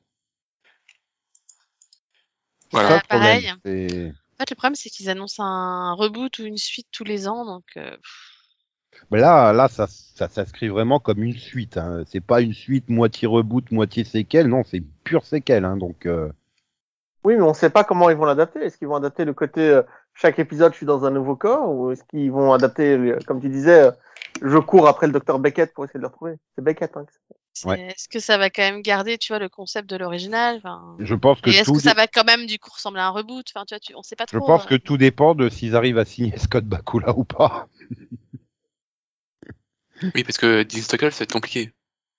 Voilà. C'est ça, le Pareil. problème. C'est- En fait, le problème c'est qu'ils annoncent un reboot ou une suite tous les ans, donc Mais là ça s'inscrit vraiment comme une suite. Hein. C'est pas une suite moitié reboot, moitié séquelle. Non, c'est pure séquelle. Hein. Donc Oui, mais on sait pas comment ils vont l'adapter. Est-ce qu'ils vont adapter le côté chaque épisode je suis dans un nouveau corps, ou est-ce qu'ils vont adapter, comme tu disais, je cours après le docteur Beckett pour essayer de le retrouver. C'est Beckett, hein. Ouais. est-ce que ça va quand même garder, tu vois, le concept de l'original, enfin, je pense que et est-ce tout. que ça va quand même du coup ressembler à un reboot, enfin, tu vois, on sait pas Je trop. pense que tout dépend de s'ils arrivent à signer Scott Bakula ou pas. Oui, parce que Dean Stockwell, ça va être compliqué.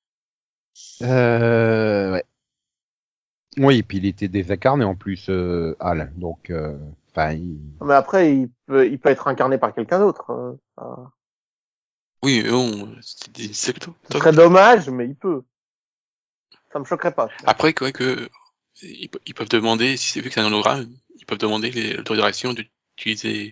Ouais. Oui, et puis il était désincarné en plus, Al. Donc, Mais après, il peut être incarné par quelqu'un d'autre. Oui, mais bon, c'est Dean Stockwell. Ce serait dommage, mais il peut. Ça me choquerait pas. Après, quoi que, ils peuvent demander, si c'est vu que c'est un hologramme, ils peuvent demander l'autorisation d'utiliser.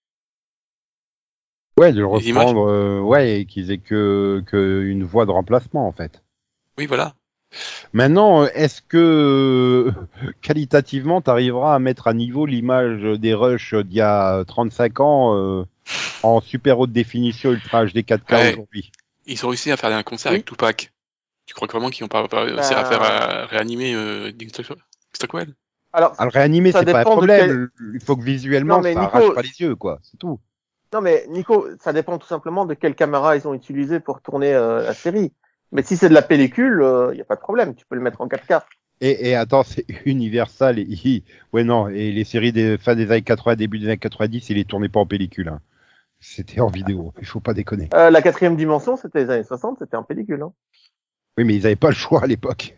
ouais, de le Les images. reprendre, ouais, et qu'ils aient que une voie de remplacement en fait. Oui, voilà. Maintenant, est-ce que qualitativement, tu arriveras à mettre à niveau l'image des rushs d'il y a 35 ans en super haute définition Ultra HD 4K Ouais. aujourd'hui? Ils ont réussi à faire un concert Oui. avec Tupac. Tu crois vraiment qu'ils n'ont pas réussi à faire réanimer Dean Stockwell? Alors, À le réanimer, Ça c'est pas un dépend de problème. Il faut que visuellement, Non, mais ça Nico- arrache pas les yeux, quoi. C'est tout. non, mais Nico, ça dépend tout simplement de quelle caméra ils ont utilisé pour tourner la série. Mais si c'est de la pellicule, il y a pas de problème. Tu peux le mettre en 4K. Et attends, c'est Universal. Ouais, non, et les séries des fin des années 80, début des années 90, ils les tournaient pas en pellicule. Hein. C'était en vidéo, il faut pas déconner. La quatrième dimension, c'était les années 60, c'était en pellicule. Hein. Oui, mais ils avaient pas le choix à l'époque.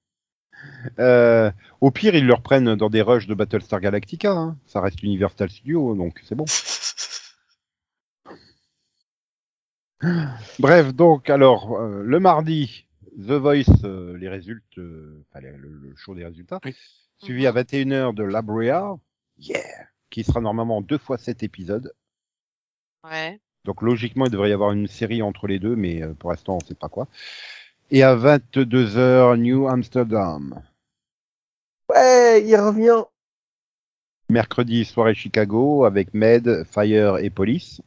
Au pire, ils le reprennent dans des rushs de Battlestar Galactica. Hein. Ça reste Universal Studios, donc c'est bon. Bref, donc, alors, le mardi, The Voice, les résultats, le show des résultats, Oui. suivi à 21h de La Brea, qui sera normalement 2 fois 7 épisodes. Ouais. Donc, logiquement, il devrait y avoir une série entre les deux, mais pour l'instant, on sait pas quoi. Et à 22h, New Amsterdam. Ouais, il revient. Mercredi, soirée Chicago, avec Med, Fire et Police.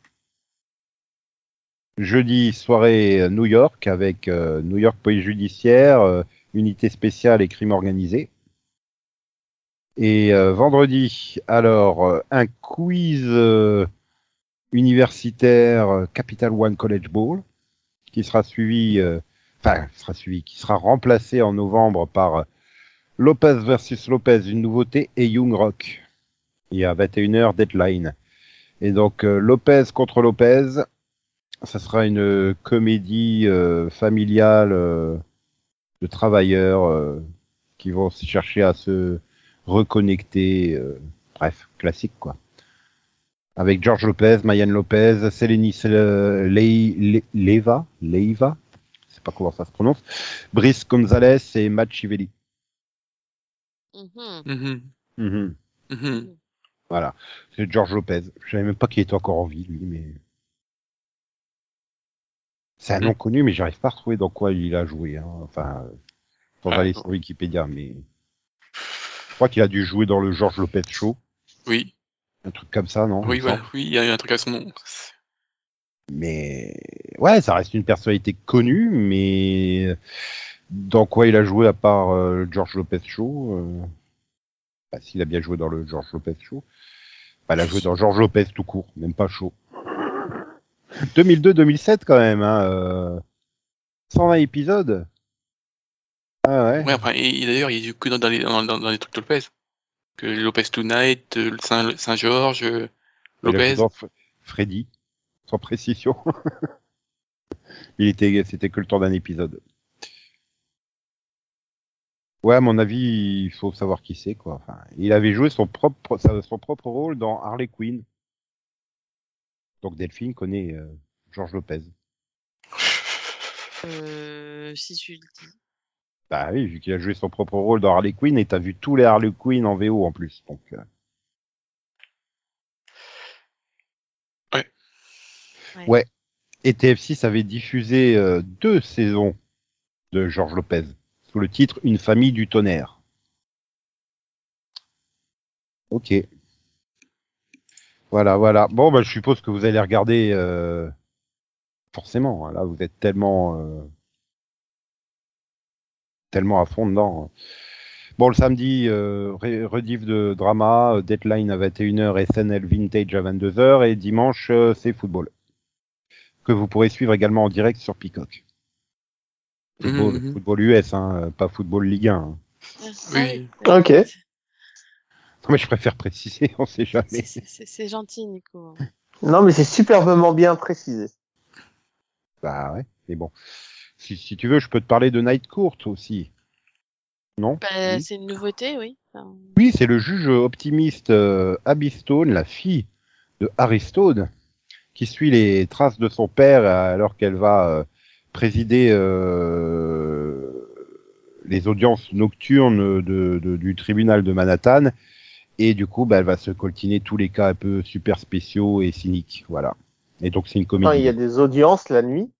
Jeudi, soirée New York avec New York Police Judiciaire, Unité spéciale et crime organisé. Et vendredi, alors un quiz universitaire Capital One College Bowl qui sera suivi, qui sera remplacé en novembre par Lopez versus Lopez, une nouveauté, et Young Rock. Et à 21h, Deadline. Et donc Lopez contre Lopez. Ça sera une comédie familiale de travailleurs qui vont chercher à se reconnecter. Bref, classique quoi. Avec George Lopez, Mayan Lopez, Seleni Leiva, je sais pas comment ça se prononce, Brice Gonzalez et Matt Chivelli. Mhm. Mhm. Mhm. Mhm. Voilà, c'est George Lopez. Je savais même pas qu'il était encore en vie lui, mais c'est un nom connu, mais j'arrive pas à retrouver dans quoi il a joué. Hein. Enfin, sans aller sur Wikipédia, mais je crois qu'il a dû jouer dans le George Lopez Show, Oui, un truc comme ça, non? oui, Il me voilà. semble. Oui, il y a eu un truc à son nom. Mais ouais, ça reste une personnalité connue, mais dans quoi il a joué à part le George Lopez Show s'il a bien joué dans le George Lopez Show, il a joué dans George Lopez tout court, même pas Show. 2002-2007 quand même, hein, 120 épisodes. Ah ouais. Ouais, enfin, et d'ailleurs, il y a du coup dans les trucs de Lopez. Que Lopez Tonight, le Saint-Georges, Il a joué Lopez. dans Freddy, sans précision. C'était que le temps d'un épisode. Ouais, à mon avis, il faut savoir qui c'est, quoi. Enfin, il avait joué son propre rôle dans Harley Quinn. Donc Delphine connaît George Lopez. Si tu le dis. Bah oui, vu qu'il a joué son propre rôle dans Harley Quinn, et t'as vu tous les Harley Quinn en VO en plus. Donc, ouais. Et TF6 avait diffusé 2 saisons de George Lopez sous le titre Une famille du tonnerre. Ok. Voilà. Bon, bah je suppose que vous allez regarder forcément. Là, vous êtes tellement à fond dedans. Bon, le samedi, rediff de drama, Deadline à 21h, SNL Vintage à 22h, et dimanche, c'est football. Que vous pourrez suivre également en direct sur Peacock. Football US, hein, pas football Ligue 1. Hein. Oui. Ok. Non, mais je préfère préciser, on sait jamais. C'est gentil, Nico. Non, mais c'est superbement bien précisé. Bah ouais, mais bon. Si tu veux, je peux te parler de Night Court aussi. Non? Bah, Oui. c'est une nouveauté, oui. Enfin, Oui, c'est le juge optimiste Abby Stone, la fille de Harry Stone, qui suit les traces de son père alors qu'elle va présider les audiences nocturnes du tribunal de Manhattan. Et du coup, bah, elle va se coltiner tous les cas un peu super spéciaux et cyniques. Voilà. Et donc, c'est une Quand comédie. il y a des audiences la nuit.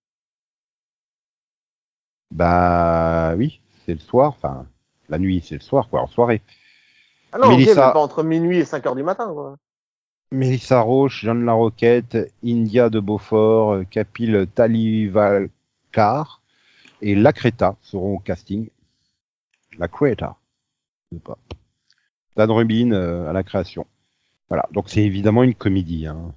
Bah oui, c'est le soir. Enfin, la nuit, c'est le soir, quoi, en soirée. Ah non, Mélissa- ok, mais pas entre minuit et 5 heures du matin, quoi. Mélissa Roche, Jeanne Laroquette, India de Beaufort, Kapil Talivalkar et Lacreta seront au casting. Lacreta, je sais pas. Dan Rubin à la création. Voilà, donc c'est évidemment une comédie. Hein.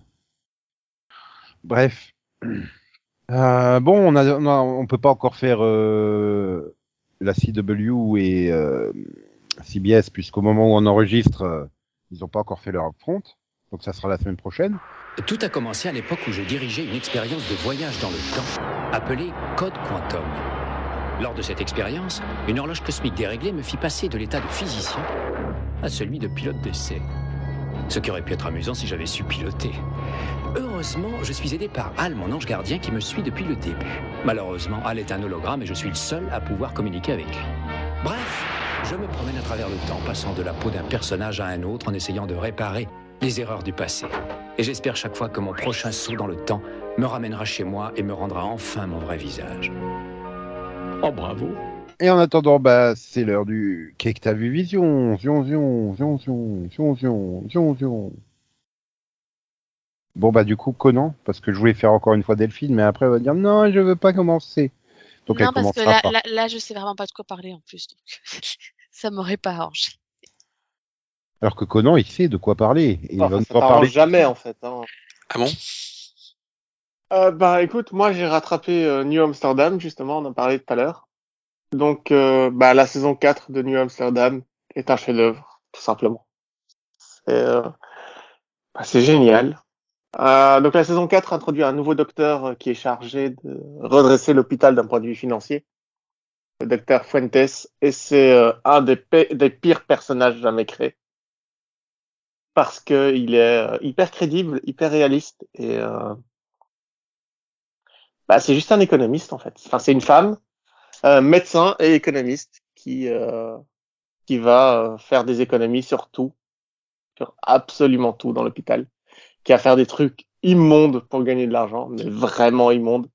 Bref. Bon, on peut pas encore faire la CW et CBS, puisqu'au moment où on enregistre, ils n'ont pas encore fait leur upfront, donc ça sera la semaine prochaine. Tout a commencé à l'époque où je dirigeais une expérience de voyage dans le temps, appelée Code Quantum. Lors de cette expérience, une horloge cosmique déréglée me fit passer de l'état de physicien à celui de pilote d'essai. Ce qui aurait pu être amusant si j'avais su piloter. Heureusement, je suis aidé par Hal, mon ange gardien, qui me suit depuis le début. Malheureusement, Hal est un hologramme et je suis le seul à pouvoir communiquer avec lui. Bref, je me promène à travers le temps, passant de la peau d'un personnage à un autre en essayant de réparer les erreurs du passé. Et j'espère chaque fois que mon prochain saut dans le temps me ramènera chez moi et me rendra enfin mon vrai visage. Oh, bravo! Et en attendant, c'est l'heure du Qu'est-ce que t'as vu Vision, zion, zion, zion, zion, zion, zion, zion, zion. Bon, du coup, Conan, parce que je voulais faire encore une fois Delphine, mais après, on va dire non, je veux pas commencer. Donc, non, elle parce que commencera pas. là, je sais vraiment pas de quoi parler en plus, donc ça m'aurait pas arrangé. Alors que Conan, il sait de quoi parler. Et il va Enfin, nous ça en t'arrange parler. jamais, en fait. Hein. Ah bon? Écoute, moi, j'ai rattrapé New Amsterdam, justement, on en parlait tout à l'heure. Donc, la saison 4 de New Amsterdam est un chef-d'œuvre, tout simplement. C'est génial. Donc, la saison 4 introduit un nouveau docteur qui est chargé de redresser l'hôpital d'un point de vue financier. Le docteur Fuentes. Et c'est un des pires personnages jamais créés. Parce que il est hyper crédible, hyper réaliste. Et c'est juste un économiste, en fait. Enfin, c'est une femme. Médecin et économiste qui va faire des économies sur tout, sur absolument tout dans l'hôpital, qui va faire des trucs immondes pour gagner de l'argent, mais vraiment immondes.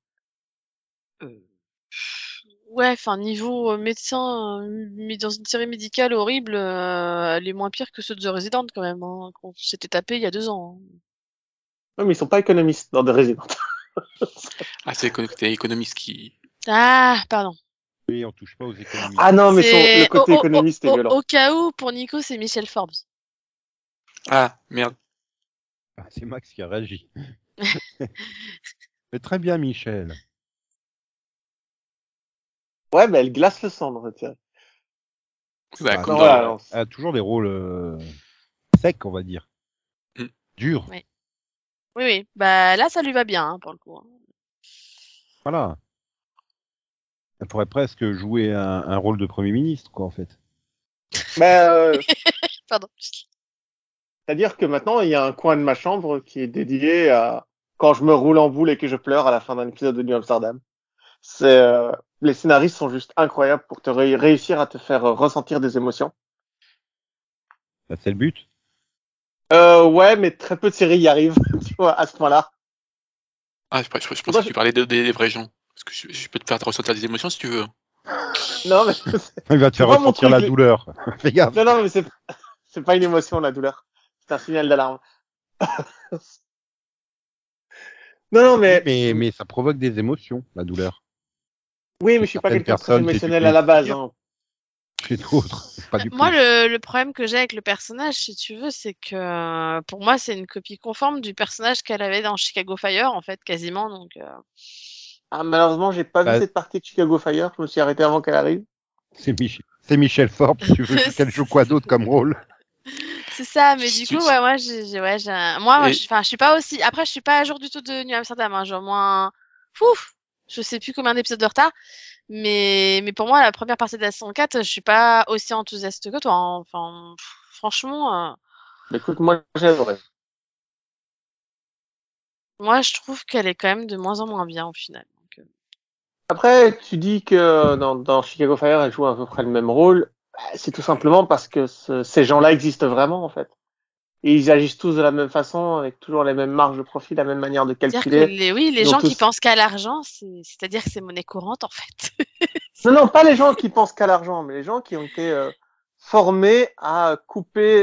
Ouais, enfin niveau médecin, mis dans une série médicale horrible, elle est moins pire que ceux de The Resident quand même, hein, qu'on s'était tapé il y a 2 ans. Hein. Non, mais ils sont pas économistes dans des résidents. Ah, c'est l'économiste qui... Ah, pardon. Oui, on touche pas aux économies. Ah non, mais C'est- le côté au- au- économiste est violent. Au cas où, pour Nico, c'est Michel Forbes. Ah, merde. Ah, c'est Max qui a réagi. Mais très bien, Michel. Ouais, mais elle glace le sang, on va dire. Bah, Ah, comme non, dans- voilà. elle a toujours des rôles secs, on va dire. Mm. Durs. Ouais. Oui. Bah là, ça lui va bien, hein, pour le coup. Hein. Voilà. Elle pourrait presque jouer un rôle de Premier ministre, quoi, en fait. Pardon. C'est-à-dire que maintenant, il y a un coin de ma chambre qui est dédié à quand je me roule en boule et que je pleure à la fin d'un épisode de New Amsterdam. Les scénaristes sont juste incroyables pour te réussir à te faire ressentir des émotions. Bah, c'est le but. Ouais, mais très peu de séries y arrivent, tu vois, à ce point-là. Ah, je pensais Moi, que tu parlais des vrais gens. Parce que je peux te faire ressentir des émotions si tu veux. Non, mais Il va te faire C'est pas mon ressentir truc, la les- douleur. Fais gaffe. non, mais c'est pas une émotion, la douleur. C'est un signal d'alarme. Non, Mais ça provoque des émotions, la douleur. oui, mais je suis pas certaines quelqu'un de très personnes, émotionnel c'est à la du base. plaisir. Hein. Chez d'autres, c'est pas du Moi, plaisir. le problème que j'ai avec le personnage, si tu veux, c'est que pour moi, c'est une copie conforme du personnage qu'elle avait dans Chicago Fire, en fait, quasiment. Donc, Ah, malheureusement, j'ai pas vu Bah- cette partie de Chicago Fire. Je me suis arrêté avant qu'elle arrive. C'est Michel Forbes. Tu veux qu'elle joue quoi d'autre comme rôle? c'est ça. Mais du Tu- coup, ouais, moi, moi, Et- je suis pas aussi. Après, je suis pas à jour du tout de New Amsterdam. Hein, genre moins. Ouf, je sais plus combien d'épisodes de retard. Mais pour moi, la première partie de la saison 4, je suis pas aussi enthousiaste que toi. Hein. Enfin, franchement, Mais écoute, moi, j'ai adoré. moi, je trouve qu'elle est quand même de moins en moins bien au final. Donc, Après, tu dis que dans Chicago Fire, elle joue à peu près le même rôle. C'est tout simplement parce que ces gens-là existent vraiment, en fait. Et ils agissent tous de la même façon, avec toujours les mêmes marges de profit, la même manière de c'est-à-dire que calculer. les Ils ont gens qui tous- pensent qu'à l'argent, c'est-à-dire que c'est monnaie courante en fait. Non, pas les gens qui pensent qu'à l'argent, mais les gens qui ont été formés à couper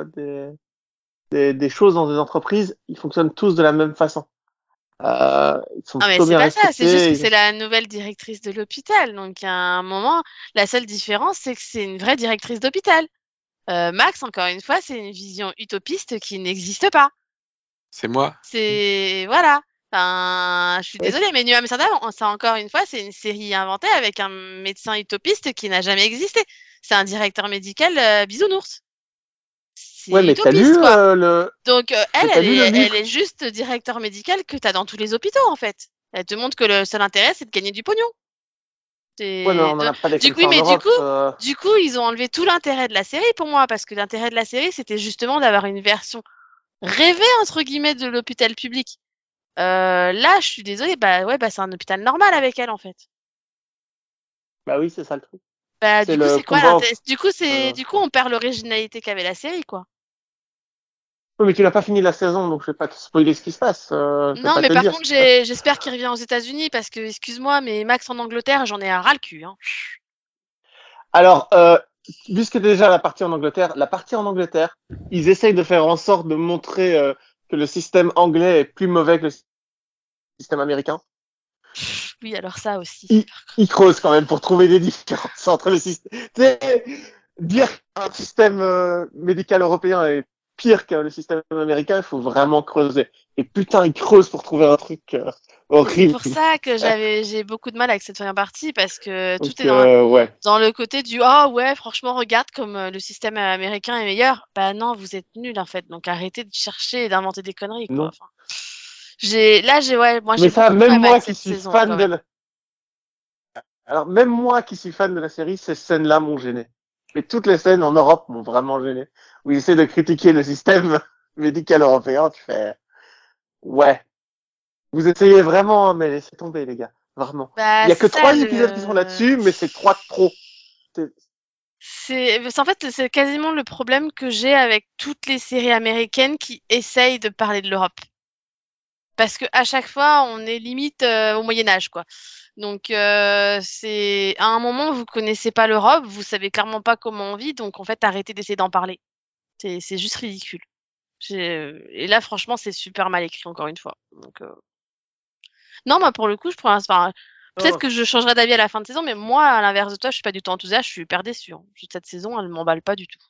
des choses dans des entreprises. Ils fonctionnent tous de la même façon. Ils sont Ah mais plutôt c'est bien pas ça, c'est juste que respectés. c'est la nouvelle directrice de l'hôpital. Donc à un moment, la seule différence, c'est que c'est une vraie directrice d'hôpital. Max, encore une fois, c'est une vision utopiste qui n'existe pas. C'est moi. C'est voilà. Enfin, je suis Ouais. désolée, mais New Amsterdam, ça encore une fois, c'est une série inventée avec un médecin utopiste qui n'a jamais existé. C'est un directeur médical bisounours. C'est Ouais, mais t'as lu utopiste, quoi. le. Donc Mais elle, t'as lu le elle livre. est juste directeur médical que t'as dans tous les hôpitaux, en fait. Elle te montre que le seul intérêt, c'est de gagner du pognon. Ouais, mais on C'est en de- a pas des Du comme coup, ça en mais Europe. du coup, ils ont enlevé tout l'intérêt de la série pour moi, parce que l'intérêt de la série, c'était justement d'avoir une version rêvée entre guillemets de l'hôpital public. Là, je suis désolée, bah ouais, bah c'est un hôpital normal avec elle en fait. Bah oui, c'est ça le truc. Bah C'est du coup, le c'est quoi combat. l'intérêt? Du coup, on perd l'originalité qu'avait la série, quoi. Oui, mais tu n'as pas fini la saison, donc je vais pas te spoiler ce qui se passe. Je vais Non, pas mais te par dire. contre, j'espère qu'il revient aux États-Unis parce que, excuse-moi, mais Max en Angleterre, j'en ai un ras le cul, hein. Alors, puisque déjà la partie en Angleterre, ils essayent de faire en sorte de montrer que le système anglais est plus mauvais que le système américain. Oui, alors ça aussi. Ils, ils creusent quand même pour trouver des différences entre le système. Tu sais, dire qu'un système médical européen est pire que le système américain, il faut vraiment creuser. Et putain, ils creusent pour trouver un truc C'est horrible. pour ça que j'ai beaucoup de mal avec cette première partie parce que tout Donc, est dans ouais. le côté du ah ouais, franchement, regarde comme le système américain est meilleur. Bah non, vous êtes nuls en fait. Donc arrêtez de chercher et d'inventer des conneries, quoi. Non. Enfin, moi, Mais j'ai ça, beaucoup de même problèmes avec moi qui cette suis saison, fan quand de même. la... Alors, même moi qui suis fan de la série, ces scènes-là m'ont gêné. Mais toutes les scènes en Europe m'ont vraiment gêné. Où ils essaient de critiquer le système médical européen, tu fais, ouais. Vous essayez vraiment, mais laissez tomber, les gars. Vraiment. Il Bah y a que c'est ça 3 épisodes qui sont là-dessus, mais c'est 3 de trop. C'est- en fait c'est quasiment le problème que j'ai avec toutes les séries américaines qui essayent de parler de l'Europe. Parce que à chaque fois, on est limite au Moyen Âge, quoi. Donc c'est à un moment vous connaissez pas l'Europe, vous savez clairement pas comment on vit, donc en fait arrêtez d'essayer d'en parler. C'est juste ridicule. Et là franchement c'est super mal écrit encore une fois. Donc non, moi pour le coup enfin, peut-être Non. que je changerai d'avis à la fin de saison, mais moi à l'inverse de toi je suis pas du tout enthousiaste, je suis hyper déçue, hein. Cette saison elle m'emballe pas du tout.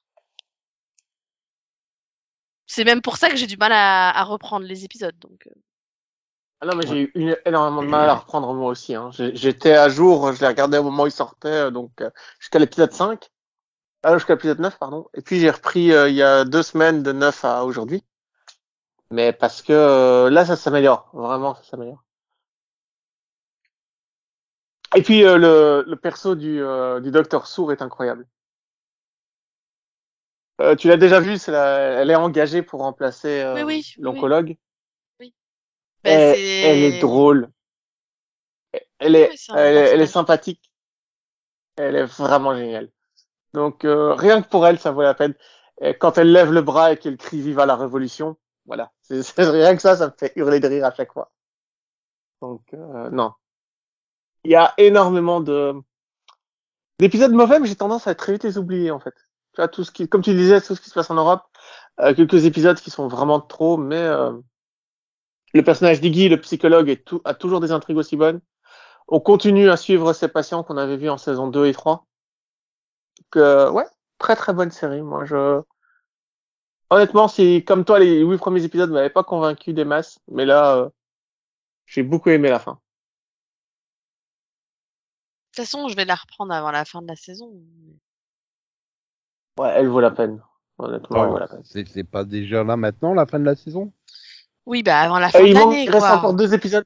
C'est même pour ça que j'ai du mal à reprendre les épisodes. Donc Ah non, mais j'ai eu énormément de mal à reprendre moi aussi. Hein. J'étais à jour, je l'ai regardé au moment où il sortait, donc jusqu'à l'épisode 5. Jusqu'à l'épisode 9, pardon. Et puis j'ai repris il y a 2 semaines de 9 à aujourd'hui. Mais parce que là, ça s'améliore. Vraiment, ça s'améliore. Et puis le perso du docteur Sour est incroyable. Tu l'as déjà vu, elle est engagée pour remplacer oui, oui, oui, oui, l'oncologue. oui. Ben, Elle est drôle. Elle oui, est, c'est un elle est, elle est personnage. sympathique. Elle est vraiment géniale. Donc rien que pour elle, ça vaut la peine. Et quand elle lève le bras et qu'elle crie "Viva la Révolution", voilà. C'est rien que ça me fait hurler de rire à chaque fois. Donc non. Il y a énormément d'épisodes mauvais, mais j'ai tendance à très vite les oublier en fait. Tu vois, tout ce qui, comme tu disais, tout ce qui se passe en Europe, quelques épisodes qui sont vraiment trop, mais le personnage d'Iggy, le psychologue, a toujours des intrigues aussi bonnes. On continue à suivre ces patients qu'on avait vus en saison 2 et 3. Donc, ouais, très très bonne série. Honnêtement, si comme toi, les 8 premiers épisodes m'avaient pas convaincu des masses, mais là, j'ai beaucoup aimé la fin. De toute façon, je vais la reprendre avant la fin de la saison. Ouais, elle vaut la peine. Honnêtement, elle vaut Attends, la peine. c'est pas déjà là maintenant, la fin de la saison? Oui, bah avant la fin de l'année, Il reste quoi. encore 2 épisodes.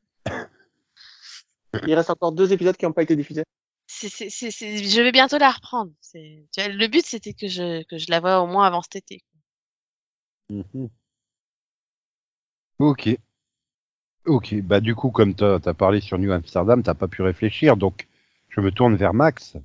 Il reste encore 2 épisodes qui n'ont pas été diffusés. Je vais bientôt la reprendre. Tu vois, le but, c'était que je la voie au moins avant cet été. Mhm. Ok. Ok, bah du coup, comme t'as parlé sur New Amsterdam, t'as pas pu réfléchir, donc je me tourne vers Max,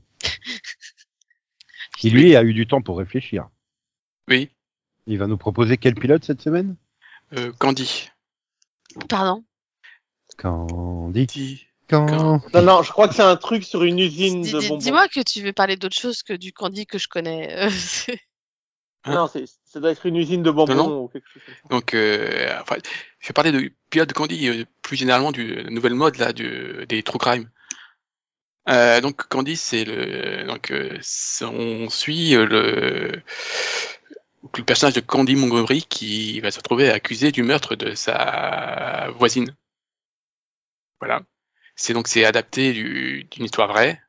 qui lui a eu du temps pour réfléchir. Oui, Il va nous proposer quel pilote cette semaine? Candy. Pardon. Candy. Quand- Non, je crois que c'est un truc sur une usine de bonbons. Dis-moi que tu veux parler d'autre chose que du candy que je connais. Hein? Non, ça doit être une usine de bonbons Non. ou quelque chose comme ça. Donc, enfin, je vais parler de pilote de Candy, plus généralement du nouvelle mode là, des true crime. Donc Candy, on suit le personnage de Candy Montgomery qui va se retrouver accusé du meurtre de sa voisine. Voilà. C'est adapté d'une histoire vraie.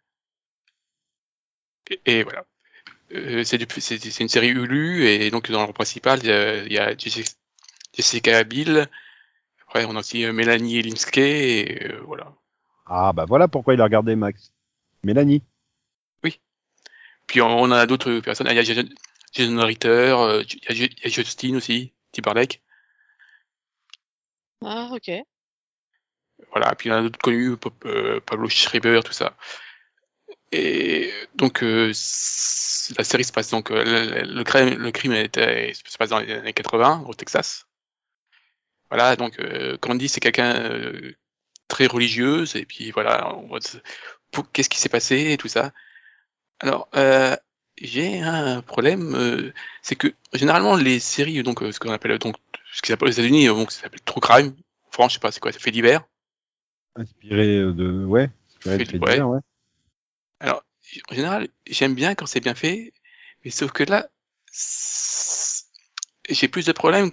Et voilà. C'est une série Hulu, et donc dans le rôle principal, il y a Jessica Biel. Après, on a aussi Mélanie Linsky, et voilà. Ah bah voilà pourquoi il a regardé Max. Mélanie. Puis on a d'autres personnes. Il y a Jason Ritter, il y a Justin aussi, Timberlake. Ah, ok. Voilà. Puis il y en a d'autres connus, Pablo Schreiber, tout ça. Et donc la série se passe donc le crime se passe dans les années 80 au Texas. Voilà, donc Candy c'est quelqu'un très religieuse, et puis voilà, on voit qu'est-ce qui s'est passé et tout ça. Alors j'ai un problème, c'est que généralement les séries, donc ce qu'on appelle donc ce qui s'appelle aux États-Unis, donc ça s'appelle true crime. En France, je sais pas c'est quoi, ça fait divers. Inspiré de ouais. Inspiré de Fait- faits ouais. divers, ouais. Alors, en général, j'aime bien quand c'est bien fait, mais sauf que là, j'ai plus de problèmes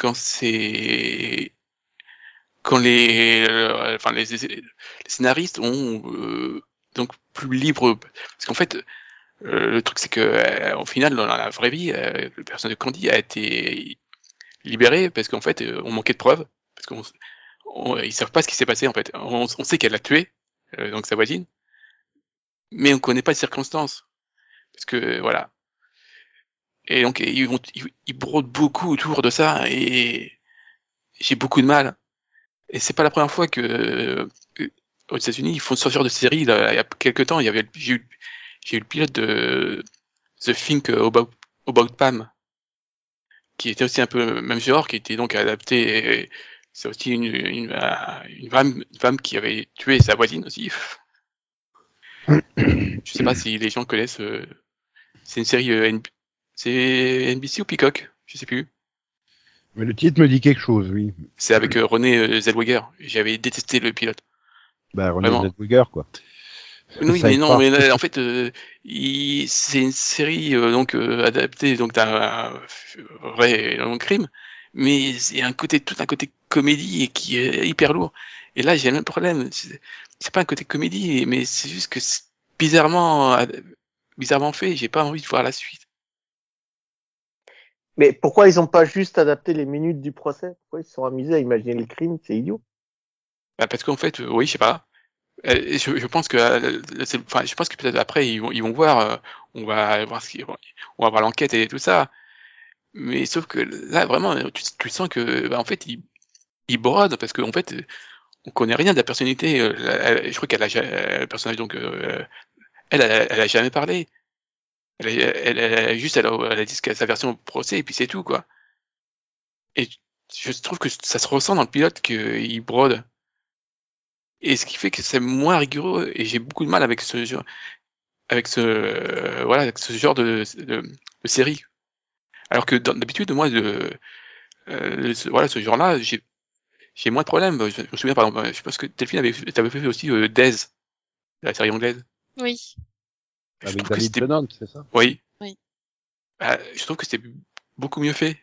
quand les scénaristes ont donc plus libre, parce qu'en fait, le truc c'est que au final, dans la vraie vie, le personnage de Candy a été libéré parce qu'en fait, on manquait de preuves, parce ils savent pas ce qui s'est passé en fait. On sait qu'elle l'a tué, donc sa voisine, mais on connaît pas les circonstances, parce que voilà. Et donc ils brodent beaucoup autour de ça, et j'ai beaucoup de mal. Et c'est pas la première fois que aux États-Unis ils font ce genre de série. Là, il y a quelques temps, j'ai eu le pilote de The Think About Pam, qui était aussi un peu le même genre, qui était donc adapté. Et c'est aussi une femme qui avait tué sa voisine aussi. Je sais pas si les gens connaissent. C'est une série c'est NBC ou Peacock, je sais plus. Mais le titre me dit quelque chose, oui. C'est avec René Zellweger. J'avais détesté le pilote. Bah René Vraiment. Zellweger, quoi. Oui, Ça mais aide non, pas. mais là, en fait, c'est une série donc adaptée donc d'un vrai crime, mais c'est tout un côté comédie et qui est hyper lourd. Et là, j'ai le même problème. C'est pas un côté comédie, mais c'est juste que c'est bizarrement fait. J'ai pas envie de voir la suite. Mais pourquoi ils ont pas juste adapté les minutes du procès? Pourquoi ils se sont amusés à imaginer le crime? C'est idiot. Bah, parce qu'en fait, oui, je sais pas. Je pense que, je pense que peut-être après ils vont voir, on va voir on va voir l'enquête et tout ça. Mais sauf que là vraiment, tu sens que, bah, en fait, ils brodent parce qu'en fait, on connaît rien de la personnalité. Je crois le personnage donc, elle a jamais parlé. Elle a dit sa version au procès et puis c'est tout quoi. Et je trouve que ça se ressent dans le pilote qu'il brode. Et ce qui fait que c'est moins rigoureux, et j'ai beaucoup de mal avec ce genre, avec ce genre de série. Alors que d'habitude, moi, ce genre-là, j'ai moins de problèmes. Je me souviens, par exemple, je pense que Delphine t'avais fait aussi Days, la série anglaise. Oui. Je Avec trouve que David c'était, Tennant, c'est ça? oui. Oui. Je trouve que c'était beaucoup mieux fait.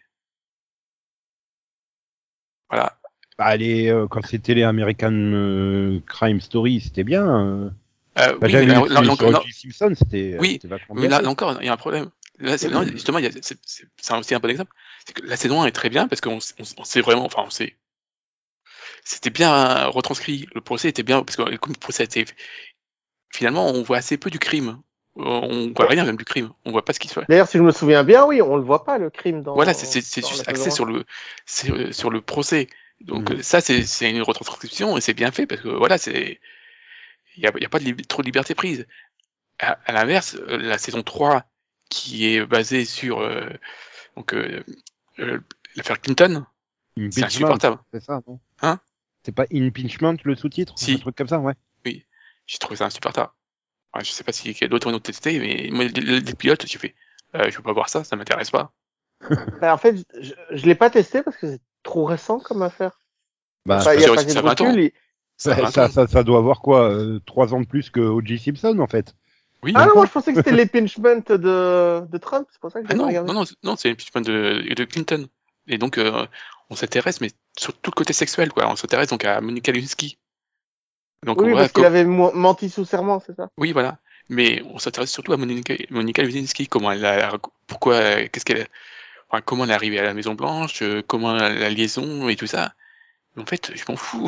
Voilà. Bah, quand c'était les American Crime Story, c'était bien. Bah, Oui, j'avais mais vu là, sur O.J. Simpson, oui, c'était vachement mais bien. là fait. encore, il y a un problème. Là, non, justement, c'est aussi un bon exemple. C'est que la saison 1 est très bien parce qu'on sait vraiment, enfin, c'était bien retranscrit. Le procès était bien parce que comme le procès était, finalement, on voit assez peu du crime. On voit rien même du crime. On voit pas ce qui se fait. D'ailleurs, si je me souviens bien, oui, on le voit pas, le crime dans. Voilà, c'est dans juste la axé saison sur le procès. Donc Mhm. ça, c'est une retranscription et c'est bien fait parce que voilà, il y a pas trop de liberté prise. À l'inverse, la saison 3 qui est basée sur donc l'affaire Clinton, c'est Impeachment, insupportable. c'est ça, non? Hein? C'est pas Impeachment le sous-titre? Si. Un truc comme ça, ouais. Oui, j'ai trouvé ça insupportable. Ouais, je sais pas si d'autres ont testé, mais moi, les pilotes, j'ai fait, je veux pas voir ça m'intéresse pas. Ben, en fait, je l'ai pas testé parce que c'est trop récent comme affaire. Bah, Enfin, il y a ça- pas ça assez de a 20 ans. recul. Ça a 20 ans. ça doit avoir quoi? 3 ans de plus que O.J. Simpson, en fait. Oui. Ah non, pas. moi je pensais que c'était l'impeachment de Trump, c'est pour ça que Ah j'ai pas non, regardé. non, c'est l'impeachment de Clinton. Et donc, on s'intéresse, mais sur tout le côté sexuel, quoi. On s'intéresse donc à Monica Lewinsky. Donc Oui, voilà, parce qu'il avait menti sous serment, c'est ça? oui, voilà. Mais on s'intéresse surtout à Monica Lewinsky, comment pourquoi, qu'est-ce qu'elle, enfin, comment elle est arrivée à la Maison Blanche, comment la liaison et tout ça. Mais en fait, je m'en fous.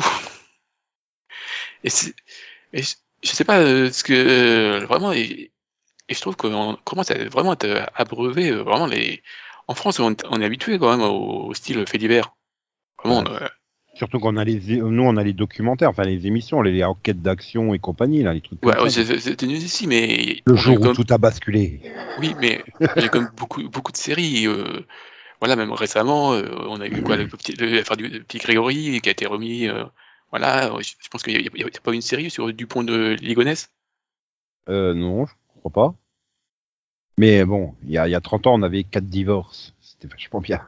Et, et je sais pas ce que vraiment, et je trouve qu'on commence vraiment à être abreuvé. Vraiment en France, on est habitué quand même au style fait divers. Vraiment, Bah, surtout qu'on a nous on a les documentaires, enfin les émissions, les enquêtes d'action et compagnie, là, les trucs comme ouais, ça. c'est tenu ici, mais Le on a jour eu où tout a basculé. oui, mais j'ai comme beaucoup de séries. Voilà, même récemment, on a eu quoi, l'affaire du petit Grégory qui a été remis. Voilà, je pense qu'il y a pas une série sur Dupont de Ligonnès. Non, je crois pas. Mais bon, il y a 30 ans, on avait 4 divorces. C'était vachement bien.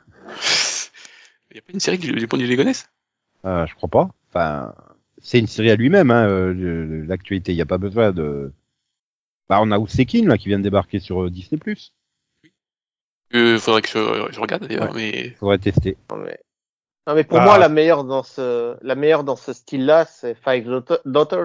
Il y a pas une série du Dupont de Ligonnès? Je crois pas. Enfin, c'est une série à lui-même, hein, l'actualité. Il n'y a pas besoin de. Bah, on a Ousekine là qui vient de débarquer sur Disney+. Faudrait que je regarde d'ailleurs, Ouais. mais Faudrait tester. Non, mais pour Ah. moi, la meilleure dans ce style-là, c'est Five Daughters,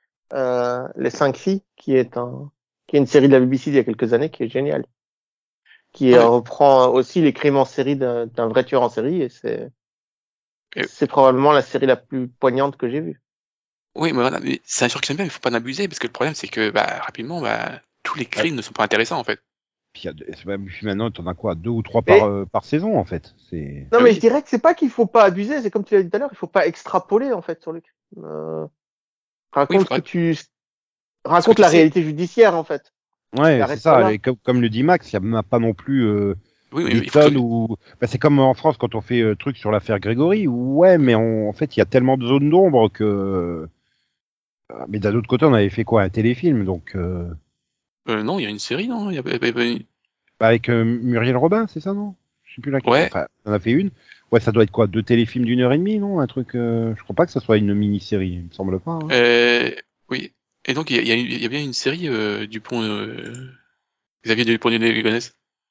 les 5 filles, qui est une série de la BBC d'il y a quelques années, qui est géniale. Qui Ouais. reprend aussi les crimes en série d'un vrai tueur en série, et c'est probablement la série la plus poignante que j'ai vue. oui, mais voilà, mais c'est un genre que j'aime bien, mais il faut pas en abuser parce que le problème c'est que rapidement, tous les crimes ne sont pas intéressants en fait. Puis maintenant, t'en as quoi, 2 ou 3 Mais- par saison en fait. C'est. Non, Ah mais oui. je dirais que c'est pas qu'il faut pas abuser, c'est comme tu l'as dit tout à l'heure, il faut pas extrapoler, en fait, sur le crime. Raconte faudrait- raconte tu la sais- réalité judiciaire, en fait. Ouais, Arrête c'est ça. pas là. Et comme le dit Max, il n'y a pas non plus Oui, mais des il faut que- tonnes ou. Bah, c'est comme en France quand on fait truc sur l'affaire Grégory. Ouais, mais en fait, il y a tellement de zones d'ombre que. Mais d'un autre côté, on avait fait quoi, un téléfilm, donc non, il y a une série, non? avec Muriel Robin, c'est ça, non? Je sais plus laquelle. Ouais. Enfin, on en a fait une. Ouais, ça doit être quoi, 2 téléfilms d'1 heure et demie, non? Un truc. Je crois pas que ça soit une mini-série, il me semble pas. Hein. Oui. Et donc il y a bien une série Dupont, Xavier Dupont de Ligonnès.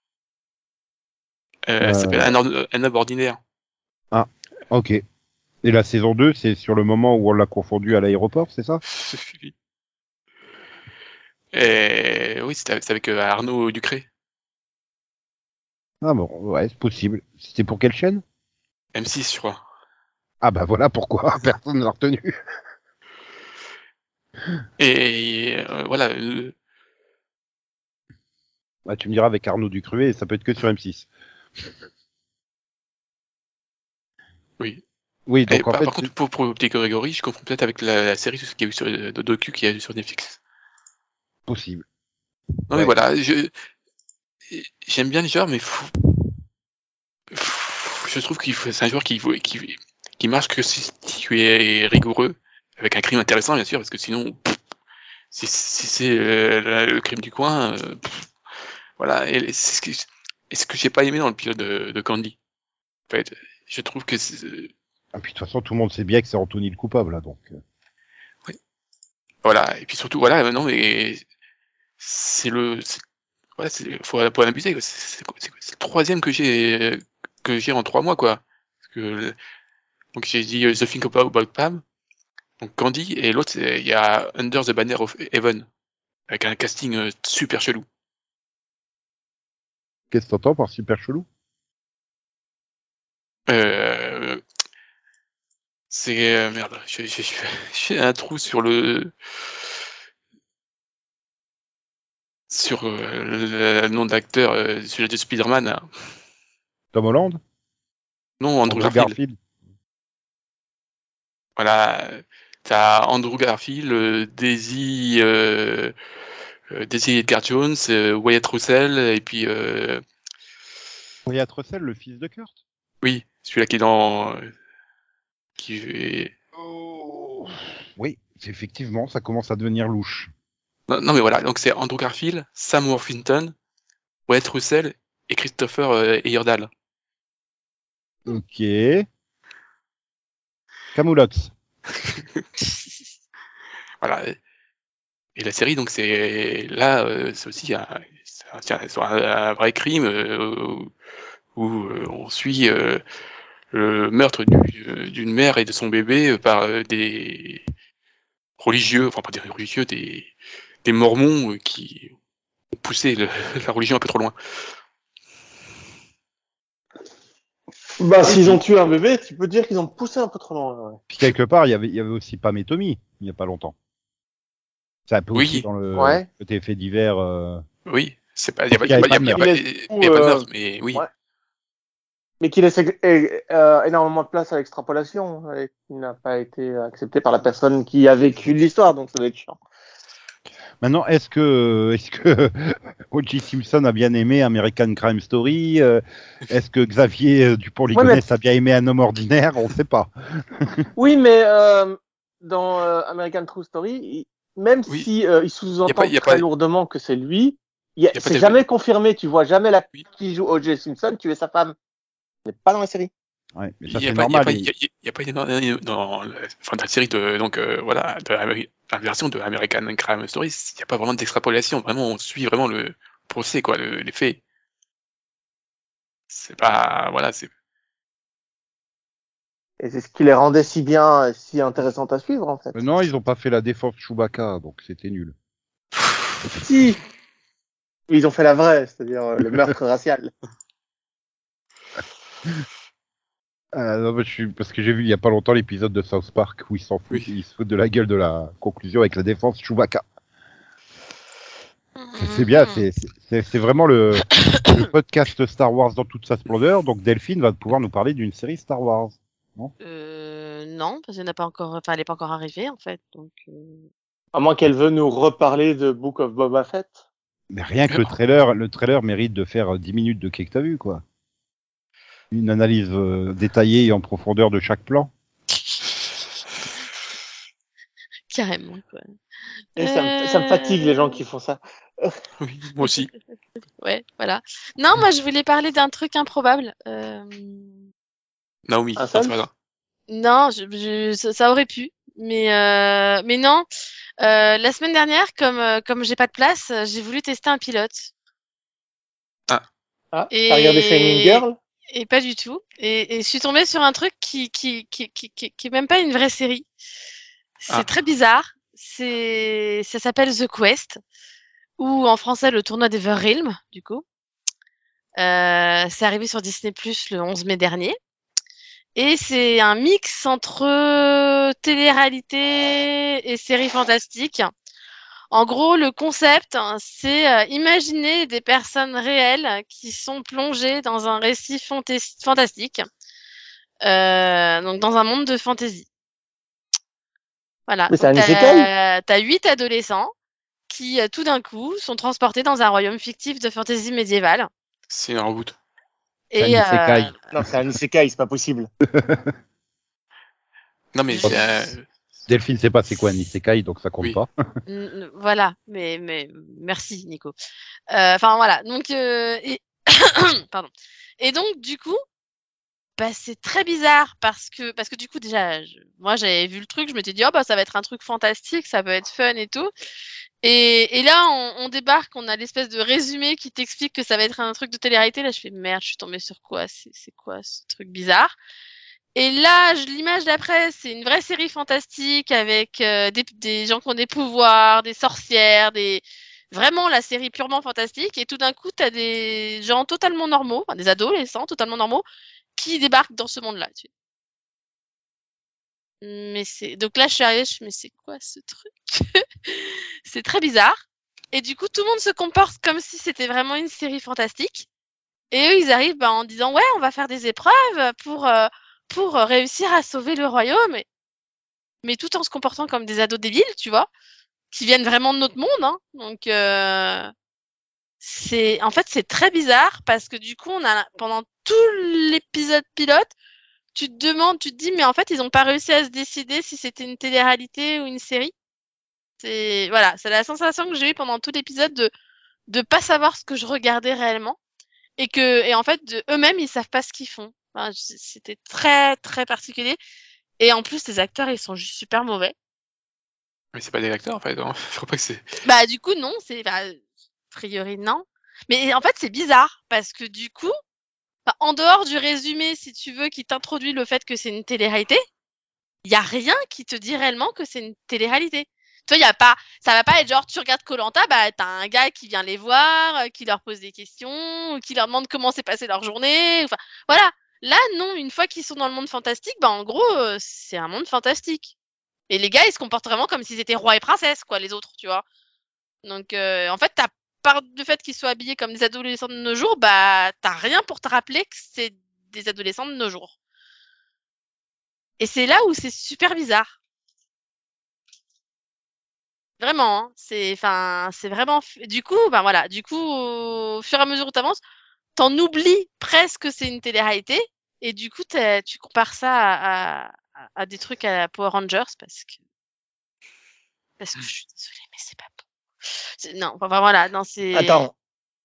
Elle s'appelle Un homme ordinaire. Ok. Et la saison 2, c'est sur le moment où on l'a confondu à l'aéroport, c'est ça? Et oui, c'est avec Arnaud Ducré. Ah bon, ouais, c'est possible. C'était pour quelle chaîne? M6, je crois. Ah bah voilà pourquoi personne ne l'a retenu. Et voilà. Bah, tu me diras avec Arnaud Ducruet, ça peut être que sur M6. Oui. Oui, Et donc en par fait, contre, pour le petit Grégory, je confonds peut-être avec la série qu'il y a eu sur de docu qu'il y a eu sur Netflix. c'est possible. Non mais Ouais. voilà, j'aime bien le genre, mais je trouve c'est un joueur qui marche que si tu es rigoureux, avec un crime intéressant bien sûr, parce que sinon, si c'est le crime du coin, voilà. Et c'est ce que j'ai pas aimé dans le pilote de Candy. En fait, je trouve que Ah, puis de toute façon, tout le monde sait bien que c'est Anthony le coupable, là, donc. voilà. Et puis surtout, voilà, non mais voilà, faut pas en abuser. C'est le troisième que j'ai en 3 mois, quoi. Parce que, donc j'ai dit The Think About Pam, donc Candy, et l'autre il y a Under the Banner of Heaven, avec un casting super chelou. Qu'est-ce que t'entends par super chelou? C'est merde, j'ai un trou sur le nom d'acteur celui de Spider-Man. Là. Tom Holland? Non, Andrew Garfield. Voilà, t'as Andrew Garfield, Daisy Edgar Jones, Wyatt Russell, et puis Wyatt Russell, le fils de Kurt? oui, celui-là qui est dans qui Oh. Oui, effectivement, ça commence à devenir louche. non mais voilà, donc c'est Andrew Garfield, Sam Worthington, Wyatt Russell et Christopher Heyerdahl. Ok. Camoulox. Voilà. Et la série, donc c'est là, c'est aussi un vrai crime où on suit le meurtre d'une mère et de son bébé par religieux, enfin pas des religieux, des mormons qui ont poussé la religion un peu trop loin. Bah, s'ils ont tué un bébé, tu peux dire qu'ils ont poussé un peu trop loin. Ouais. Puis quelque part, il y avait aussi Pam et Tommy, il n'y a pas longtemps. C'est un peu aussi Oui. dans le Ouais. côté fait divers. Oui, c'est pas, il y a pas, Il y avait y a pas de pas, y a meurtre. pas, y a pas de meurtre, mais oui. Ouais. Mais qui laisse énormément de place à l'extrapolation, et qui n'a pas été accepté par la personne qui a vécu l'histoire, donc ça doit être chiant. Maintenant, est-ce que O.J. Simpson a bien aimé American Crime Story Est-ce que Xavier Dupont-Ligonnès a bien aimé Un homme ordinaire? On ne sait pas. Oui, mais dans American True Story, même Oui. si il sous-entend y a très pas- lourdement que c'est lui, a pas c'est de- jamais confirmé. Tu vois jamais la Oui. qui joue O.J. Simpson tuer sa femme. C'est pas dans la série. Ouais, mais Il ça y a c'est pas, normal. il y a pas une dans la série de donc voilà de la version de American Crime Story, il y a pas vraiment d'extrapolation, vraiment on suit vraiment le procès quoi, les faits. C'est pas voilà, c'est Et c'est ce qui les rendait si bien, si intéressantes à suivre en fait. Non, ils ont pas fait la défense Chewbacca, donc c'était nul. Si. Ils ont fait la vraie, c'est-à-dire le meurtre racial. Non, mais parce que j'ai vu il y a pas longtemps l'épisode de South Park où ils s'en foutent, Oui. ils se foutent de la gueule de la conclusion avec la défense Chewbacca. C'est bien, c'est vraiment le podcast Star Wars dans toute sa splendeur. Donc Delphine va pouvoir nous parler d'une série Star Wars. Non, parce qu'elle n'a pas encore, enfin, elle est pas encore arrivée en fait. Donc, À moins qu'elle veut nous reparler de Book of Boba Fett. Mais rien que le trailer mérite de faire 10 minutes de quai que t'as vu, quoi. Une analyse détaillée et en profondeur de chaque plan. carrément quoi. Et ça me fatigue les gens qui font ça. oui, moi aussi. Ouais, voilà. Non, moi je voulais parler d'un truc improbable. Naomi, Un non, seul c'est pas ça. Non, ça aurait pu, mais non. La semaine dernière, comme j'ai pas de place, j'ai voulu tester un pilote. Ah, Et- t'as regardé Shining Girl? Et pas du tout. Et je suis tombée sur un truc qui est même pas une vraie série. C'est Ah. très bizarre. Ça s'appelle The Quest, ou en français le tournoi d'Everrealm, du coup. C'est arrivé sur Disney+ le 11 mai dernier. Et c'est un mix entre télé-réalité et série fantastique. En gros, le concept, hein, c'est imaginer des personnes réelles qui sont plongées dans un récit fantastique, donc dans un monde de fantasy. Voilà. Mais c'est Donc, un isekai? t'as 8 adolescents qui, tout d'un coup, sont transportés dans un royaume fictif de fantasy médiévale. C'est un reboot. C'est un Et isekai. Non, c'est un isekai, c'est pas possible. Non mais Je- Delphine sait pas c'est quoi un isekai, donc ça compte Oui. pas. voilà, mais merci Nico. Enfin voilà, donc et pardon. Et donc du coup, bah c'est très bizarre parce que du coup déjà, moi j'avais vu le truc, je m'étais dit oh bah ça va être un truc fantastique, ça va être fun et tout. Et là on débarque, on a l'espèce de résumé qui t'explique que ça va être un truc de télé-réalité. Là je fais merde, je suis tombée sur quoi? C'est quoi ce truc bizarre? Et là, l'image d'après, c'est une vraie série fantastique avec des gens qui ont des pouvoirs, des sorcières, vraiment la série purement fantastique. Et tout d'un coup, t'as des gens totalement normaux, enfin, des adolescents totalement normaux, qui débarquent dans ce monde-là. Tu sais. Donc là, je suis arrivée, je me suis dit, mais c'est quoi ce truc? C'est très bizarre. Et du coup, tout le monde se comporte comme si c'était vraiment une série fantastique. Et eux, ils arrivent en disant, ouais, on va faire des épreuves pour réussir à sauver le royaume, mais tout en se comportant comme des ados débiles, tu vois, qui viennent vraiment de notre monde, hein. Donc en fait c'est très bizarre parce que du coup pendant tout l'épisode pilote, tu te dis mais en fait ils ont pas réussi à se décider si c'était une télé-réalité ou une série. C'est la sensation que j'ai eue pendant tout l'épisode de pas savoir ce que je regardais réellement et en fait eux-mêmes ils savent pas ce qu'ils font. Enfin, c'était très très particulier. Et en plus, les acteurs, ils sont juste super mauvais. Mais c'est pas des acteurs en fait. Hein. Je crois pas que c'est. Bah, du coup, non. A priori, non. Mais en fait, c'est bizarre. Parce que du coup, en dehors du résumé, si tu veux, qui t'introduit le fait que c'est une télé-réalité, il y a rien qui te dit réellement que c'est une télé-réalité. Tu vois, il y a pas, ça va pas être genre, tu regardes Koh-Lanta, bah, t'as un gars qui vient les voir, qui leur pose des questions, qui leur demande comment s'est passée leur journée, enfin, voilà. Là, non, une fois qu'ils sont dans le monde fantastique, bah, en gros, c'est un monde fantastique. Et les gars, ils se comportent vraiment comme s'ils étaient rois et princesses, quoi, les autres, tu vois. Donc, en fait, par le fait qu'ils soient habillés comme des adolescents de nos jours, bah, t'as rien pour te rappeler que c'est des adolescents de nos jours. Et c'est là où c'est super bizarre. Vraiment, hein. C'est vraiment, du coup, ben voilà, du coup, au fur et à mesure où t'avances, t'en oublies presque que c'est une télé-réalité, et du coup, tu compares ça à des trucs à Power Rangers parce que je suis désolée, mais c'est pas bon. Non, enfin voilà, non, c'est. Attends.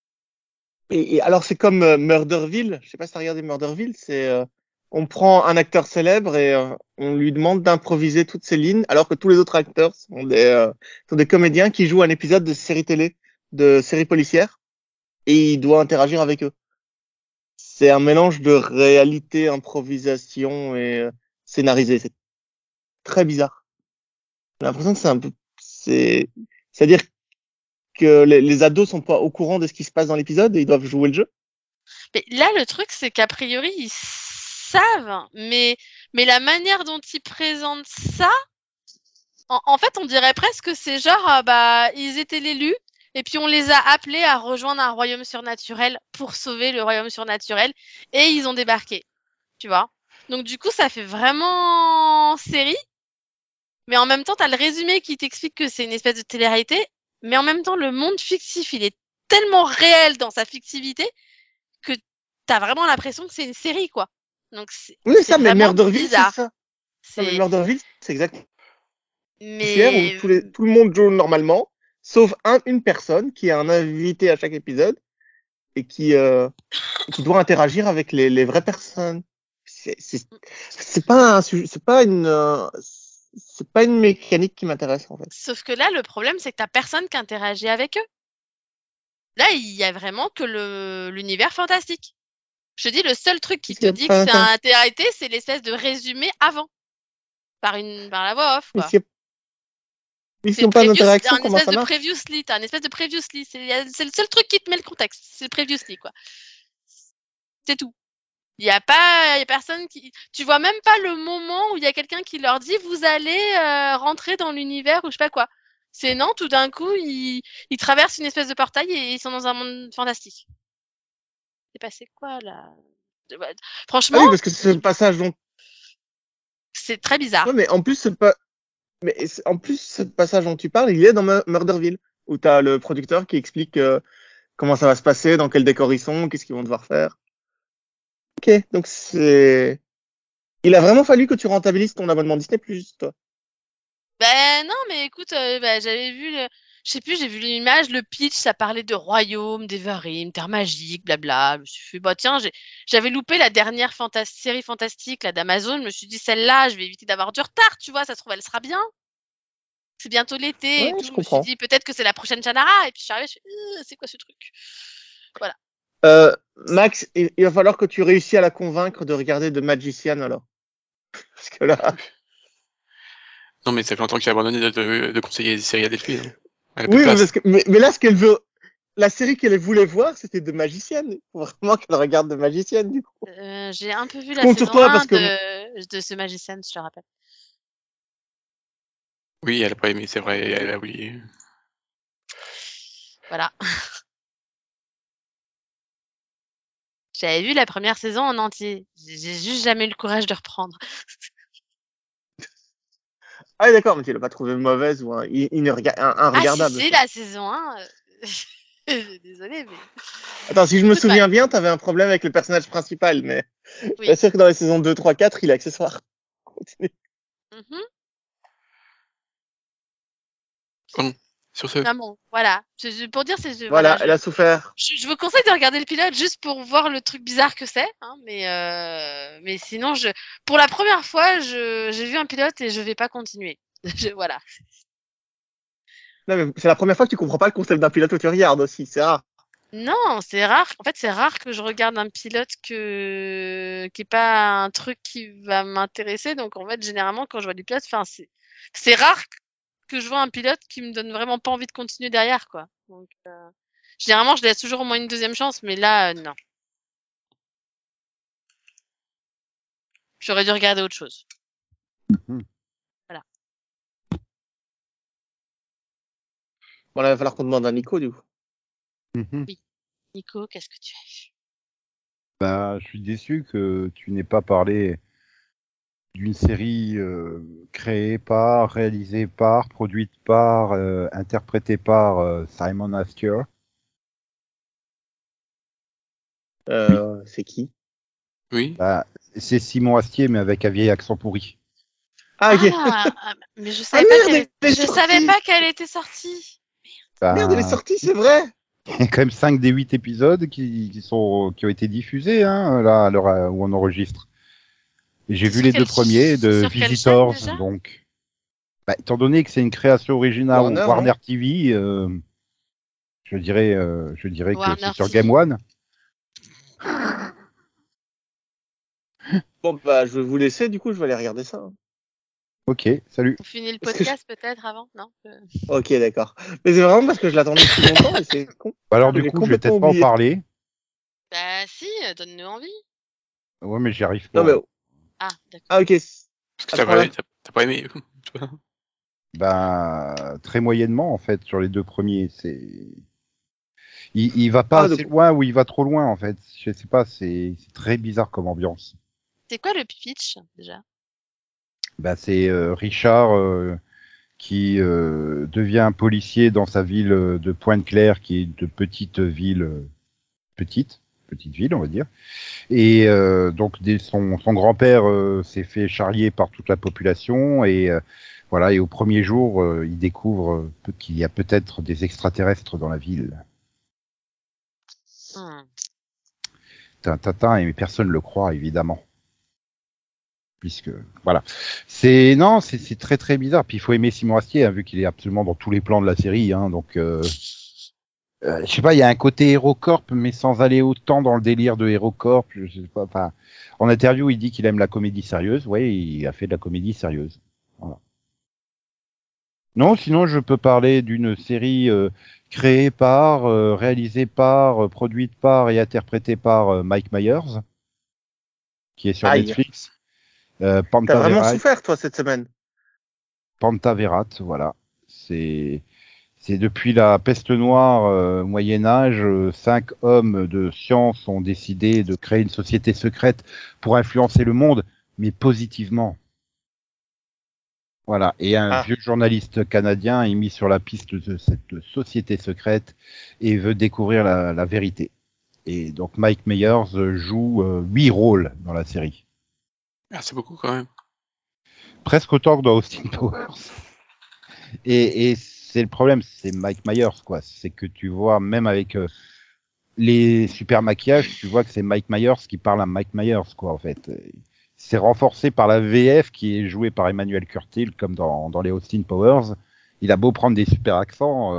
Et alors, c'est comme Murderville. Je sais pas si t'as regardé Murderville. On prend un acteur célèbre et on lui demande d'improviser toutes ses lignes, alors que tous les autres acteurs sont des comédiens qui jouent un épisode de série télé, de série policière, et il doit interagir avec eux. C'est un mélange de réalité, improvisation et scénarisé. C'est très bizarre. J'ai l'impression que c'est-à-dire que les ados sont pas au courant de ce qui se passe dans l'épisode et ils doivent jouer le jeu. Mais là, le truc, c'est qu'a priori, ils savent, mais la manière dont ils présentent ça, en fait, on dirait presque que c'est genre, bah, ils étaient l'élu, et puis on les a appelés à rejoindre un royaume surnaturel pour sauver le royaume surnaturel, et ils ont débarqué, tu vois. Donc du coup, ça fait vraiment série, mais en même temps, t'as le résumé qui t'explique que c'est une espèce de télé-réalité, mais en même temps, le monde fictif, il est tellement réel dans sa fictivité que t'as vraiment l'impression que c'est une série, quoi. Donc Oui, c'est ça, mais vraiment Murderville, c'est bizarre. ça. Non, mais C'est Murderville, c'est exactement mais où tout le monde joue normalement, sauf une personne qui est un invité à chaque épisode et qui doit interagir avec les vraies personnes. C'est pas un sujet, c'est pas une mécanique qui m'intéresse en fait. sauf que là, le problème, c'est que t'as personne qui interagit avec eux. Là, il y a vraiment que l'univers fantastique. Je te dis, le seul truc qui te dit que c'est un télé-réalité, c'est l'espèce de résumé avant. Par la voix off, Mais quoi. s'ils n'ont pas d'interaction, comment ça marche? Previously, t'as un espèce de previously. C'est le seul truc qui te met le contexte. C'est le previously, quoi. C'est tout. Il y a personne qui, tu vois même pas le moment où il y a quelqu'un qui leur dit, vous allez rentrer dans l'univers ou je sais pas quoi. C'est non, tout d'un coup, ils traversent une espèce de portail et ils sont dans un monde fantastique. C'est passé quoi, là? Ah Franchement, oui, parce que c'est le passage dont. c'est très bizarre. Ouais, mais en plus, ce passage dont tu parles, il est dans Murderville, où t'as le producteur qui explique comment ça va se passer, dans quel décor ils sont, qu'est-ce qu'ils vont devoir faire. Ok, donc il a vraiment fallu que tu rentabilises ton abonnement Disney Plus, toi. Ben non, mais écoute, j'avais vu je sais plus, j'ai vu l'image, le pitch, ça parlait de royaume, d'Everyn, terre magique, blabla. Je me suis fait, bah tiens, j'avais loupé la dernière série fantastique là d'Amazon. Je me suis dit, celle-là, je vais éviter d'avoir du retard, tu vois, ça se trouve, elle sera bien. C'est bientôt l'été et Ouais, tout. je Je me suis comprends. dit, peut-être que c'est la prochaine Shannara. Et puis je suis arrivée, je suis, c'est quoi ce truc? Voilà. Max, il va falloir que tu réussisses à la convaincre de regarder The Magician alors. Parce que là. Non, mais ça fait longtemps que j'ai abandonné de conseiller des séries à Delphine. Hein. Elle a Oui, plus de mais, place. mais là, ce qu'elle veut. La série qu'elle voulait voir, c'était The Magician. Il faut vraiment qu'elle regarde The Magician, du coup. J'ai un peu vu Je la compte sur saison toi 1 parce que. de ce magicien, je te le rappelle. Oui, elle a pas aimé, c'est vrai, elle a oublié. Voilà. J'avais vu la première saison en entier. J'ai juste jamais eu le courage de reprendre. Ah, oui, d'accord, mais tu l'as pas trouvé mauvaise ou regardable. Ah si, Ça. la saison 1. Désolée, mais... Attends, si je me Écoute, souviens bien, t'avais un problème avec le personnage principal, mais Oui. bien sûr que dans les saisons 2, 3, 4, il est accessoire. Continue. Mhm. Sur ce, Ah bon, voilà. Pour dire, Voilà, elle a souffert. je vous conseille de regarder le pilote juste pour voir le truc bizarre que c'est. Hein, mais sinon, pour la première fois, j'ai vu un pilote et je vais pas continuer. Voilà. Non, mais c'est la première fois que tu comprends pas le concept d'un pilote que tu regardes aussi, c'est rare. Non, c'est rare. En fait, c'est rare que je regarde un pilote qui est pas un truc qui va m'intéresser. Donc, en fait, généralement, quand je vois du pilote, enfin, c'est rare que je vois un pilote qui me donne vraiment pas envie de continuer derrière, quoi. Donc, généralement, je laisse toujours au moins une deuxième chance, mais là, non. J'aurais dû regarder autre chose. Mhm. Voilà. Bon, là, il va falloir qu'on demande à Nico, du coup. Mhm. Nico, qu'est-ce que tu as vu? Bah, je suis déçu que tu n'aies pas parlé d'une série créée par, réalisée par, produite par, interprétée par Simon Astor. C'est qui? Oui. Bah, c'est Simon Astier, mais avec un vieil accent pourri. Ah, ok. Mais je Ah savais pas merde, elle est je savais sortie. pas qu'elle était sortie. Merde, elle est Bah, sortie, c'est vrai. il y a quand même 5 des 8 épisodes qui ont été diffusés, hein, là, à l'heure où on enregistre. Et j'ai vu les deux premiers C'est de sur quelle chaîne Visitors, déjà? donc. Bah, étant donné que c'est une création originale Warner, Warner non? TV, je dirais que c'est Warner sur TV. Game One. Bon, bah, je vais vous laisser, du coup, je vais aller regarder ça. Hein. Ok, salut. On finit le Parce que podcast peut-être avant, non? Ok, d'accord. Mais c'est vraiment parce que je l'attendais depuis longtemps et c'est con. Bah, alors que du j'ai coup, je vais complètement peut-être pas en oublié. parler. Bah si, donne-nous envie. Ouais, mais j'y arrive Non, pas. mais. Ah, d'accord. Ah, ok. Parce que À ce point-là. t'as pas aimé. Bah, très moyennement en fait sur les deux premiers. Il va pas Ah, assez donc. loin ou il va trop loin en fait. Je sais pas, c'est très bizarre comme ambiance. C'est quoi le pitch déjà? Bah, c'est Richard qui devient policier dans sa ville de Pointe-Claire, qui est de petite ville, petite ville, on va dire. Et donc son grand-père s'est fait charrier par toute la population et voilà. Et au premier jour, il découvre qu'il y a peut-être des extraterrestres dans la ville. Hmm. Tintin, et personne le croit évidemment. Puisque voilà, c'est très très bizarre. Puis il faut aimer Simon Astier, hein, vu qu'il est absolument dans tous les plans de la série. Hein, donc je sais pas, il y a un côté HeroCorp, mais sans aller autant dans le délire de HeroCorp. Je sais pas. Enfin, en interview, il dit qu'il aime la comédie sérieuse. Ouais, il a fait de la comédie sérieuse. Voilà. Non, sinon je peux parler d'une série créée par, réalisée par, produite par et interprétée par Mike Myers, qui est sur Aïe. Netflix. T'as vraiment Pantaverat, souffert, toi, cette semaine. Pantaverat, voilà. C'est depuis la peste noire au Moyen Âge, 5 hommes de science ont décidé de créer une société secrète pour influencer le monde, mais positivement. Voilà. Et un Ah. vieux journaliste canadien est mis sur la piste de cette société secrète et veut découvrir la vérité. Et donc Mike Myers joue 8 rôles dans la série. Ah, c'est beaucoup quand même. Presque autant que dans Austin Powers. Et c'est le problème, c'est Mike Myers, quoi. C'est que tu vois, même avec les super maquillages, tu vois que c'est Mike Myers qui parle à Mike Myers, quoi, en fait. C'est renforcé par la VF qui est jouée par Emmanuel Curtil, comme dans les Austin Powers. Il a beau prendre des super accents,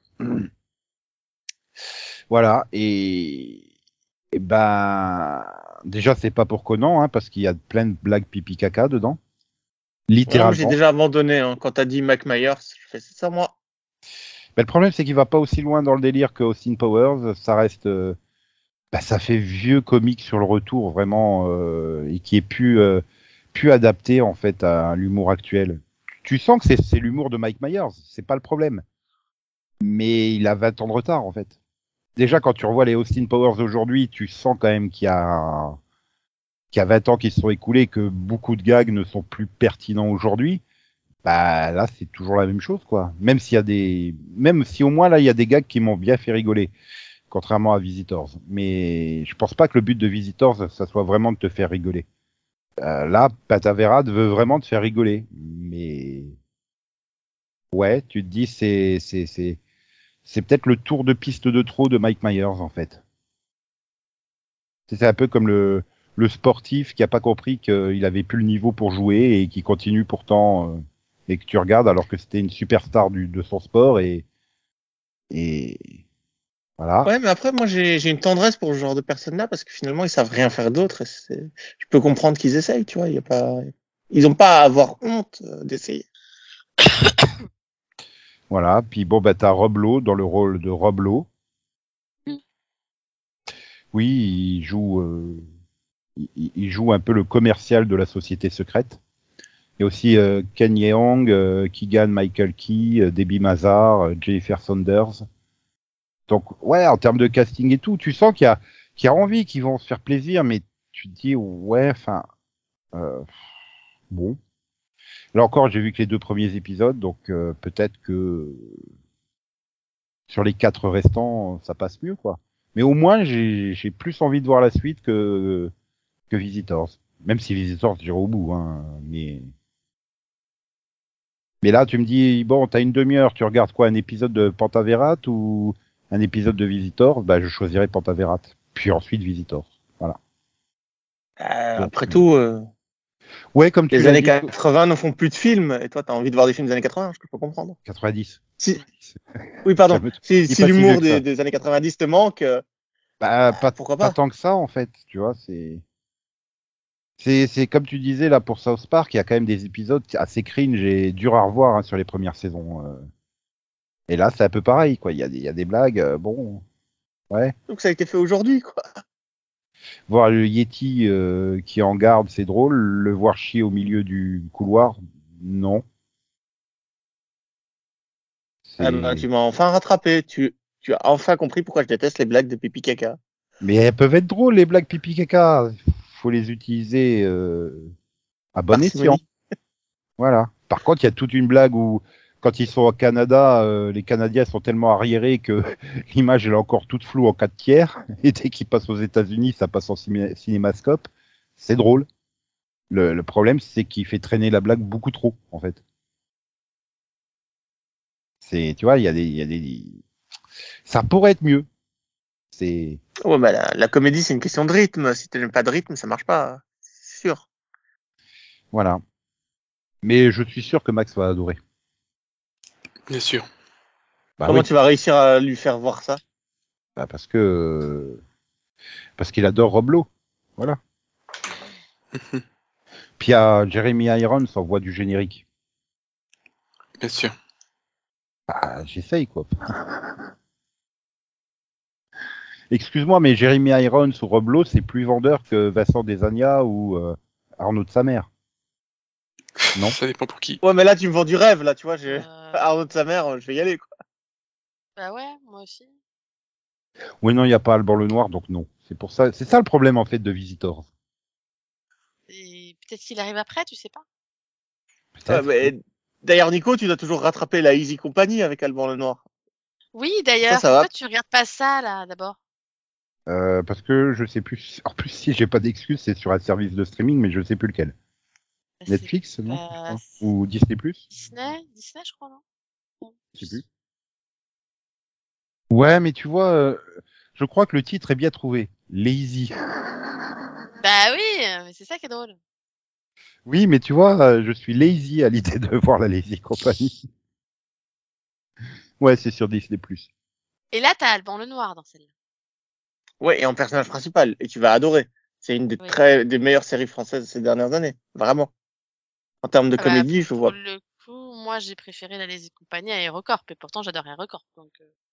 voilà. Et ben, déjà, c'est pas pour Conan, hein, parce qu'il y a plein de blagues pipi caca dedans, Ouais, moi, j'ai littéralement. déjà abandonné. Hein. Quand t'as dit Mac Myers, je fais c'est ça, moi. Mais le problème, c'est qu'il va pas aussi loin dans le délire que Austin Powers. Ça reste, ça fait vieux comique sur le retour vraiment, et qui est plus adapté en fait à l'humour actuel. Tu sens que c'est l'humour de Mike Myers, c'est pas le problème. Mais il a 20 ans de retard en fait. Déjà, quand tu revois les Austin Powers aujourd'hui, tu sens quand même qu'il y a 20 ans qui se sont écoulés, que beaucoup de gags ne sont plus pertinents aujourd'hui. Bah là, c'est toujours la même chose, quoi. Même si au moins là, il y a des gags qui m'ont bien fait rigoler, contrairement à Visitors. Mais je pense pas que le but de Visitors, ça soit vraiment de te faire rigoler. Là, Pataverat veut vraiment te faire rigoler. Mais ouais, tu te dis, c'est peut-être le tour de piste de trop de Mike Myers, en fait. C'est un peu comme le sportif qui a pas compris qu'il avait plus le niveau pour jouer et qui continue pourtant, et que tu regardes alors que c'était une superstar de son sport et Voilà. Ouais, mais après, moi, j'ai une tendresse pour ce genre de personnes-là parce que finalement, ils savent rien faire d'autre. Je peux comprendre qu'ils essayent, tu vois. Il y a pas, ils ont pas à avoir honte d'essayer. Voilà. Puis bon, bah, t'as Rob Lowe dans le rôle de Rob Lowe. Mm. Oui, il joue un peu le commercial de la société secrète. Il y a aussi Ken Jeong, Keegan Michael Key, Debbie Mazar, Jennifer Saunders. Donc, ouais, en termes de casting et tout, tu sens qu'il y a envie, qu'ils vont se faire plaisir, mais tu te dis, ouais, enfin, euh, bon. Là encore, j'ai vu que les 2 premiers épisodes, donc peut-être que sur les 4 restants, ça passe mieux, quoi. Mais au moins, j'ai plus envie de voir la suite que Visitors. Même si Visitors, j'irai au bout, hein. Mais là, tu me dis, bon, t'as une demi-heure, tu regardes quoi, un épisode de Pantaverat ou un épisode de Visitors? Bah, je choisirais Pantaverat. Puis ensuite Visitors. Voilà. Donc, Après tout, ouais, comme tu les l'as années dit, 80 ne font plus de films. Et toi, t'as envie de voir des films des années 80, je peux comprendre. 90. Si, oui, pardon. Calme-toi. Si, Il est si pas si vieux l'humour que ça. des années 90 te manque, Bah, pourquoi pas pas? tant que ça, en fait. Tu vois, c'est comme tu disais, là, pour South Park, il y a quand même des épisodes assez cringe et durs à revoir, hein, sur les premières saisons. Et là, c'est un peu pareil, quoi. Il y a des blagues, bon, ouais. Donc ça a été fait aujourd'hui, quoi. Voir le Yeti qui est en garde, c'est drôle. Le voir chier au milieu du couloir, non. Ah ben, C'est... tu m'as enfin rattrapé. Tu as enfin compris pourquoi je déteste les blagues de pipi caca. Mais elles peuvent être drôles, les blagues pipi caca. Faut les utiliser à bon escient. Parcimonie. Voilà. Par contre, il y a toute une blague où, quand ils sont au Canada, les Canadiens sont tellement arriérés que l'image elle est encore toute floue en 4 tiers. Et dès qu'ils passent aux États-Unis, ça passe en cinémascope. C'est drôle. Le problème, c'est qu'il fait traîner la blague beaucoup trop, en fait. C'est, tu vois, il y a des, ça pourrait être mieux. C'est, Ouais, bah la comédie, c'est une question de rythme. Si tu n'aimes pas de rythme, ça marche pas. C'est sûr. voilà. Mais je suis sûr que Max va adorer. Bien sûr. Bah Comment oui. tu vas réussir à lui faire voir ça? Bah parce qu'il adore Rob Lowe. Voilà. Puis il y a Jeremy Irons en voix du générique. Bien sûr. Bah, j'essaye, quoi. Excuse-moi, mais Jeremy Irons ou Rob Lowe, c'est plus vendeur que Vincent Desagna ou Arnaud de sa mère. Non. Ça dépend pour qui. Ouais, mais là, tu me vends du rêve, là, tu vois. Euh, Arnaud de sa mère, je vais y aller, quoi. Bah ouais, moi aussi. Oui, non, il n'y a pas Alban Lenoir, donc non. C'est pour ça, c'est ça le problème en fait de Visitors. Et peut-être qu'il arrive après, tu sais pas. Peut-être. Mais d'ailleurs, Nico, tu dois toujours rattraper la Easy Company avec Alban Lenoir. Oui, d'ailleurs, Ça va. pourquoi tu regardes pas ça là d'abord? Parce que je sais plus. En plus, si j'ai pas d'excuse, c'est sur un service de streaming, mais je sais plus lequel. Bah, c'est Netflix, non je pas- crois. Ou Disney Plus, Disney, je crois, non? Non, je sais plus. Ouais, mais tu vois, je crois que le titre est bien trouvé. Lazy. Bah oui, mais c'est ça qui est drôle. Oui, mais tu vois, je suis lazy à l'idée de voir la Lazy Company. Ouais, c'est sur Disney Plus. Et là, t'as Alban Lenoir dans celle-là. Ouais, et en personnage principal. Et tu vas adorer. C'est une Oui. des meilleures séries françaises de ces dernières années. Vraiment. En termes de Ah bah, comédie, je pour vois. le coup, moi, j'ai préféré la Lazy Company à Aérocorp, et pourtant, j'adore Aérocorp. Donc,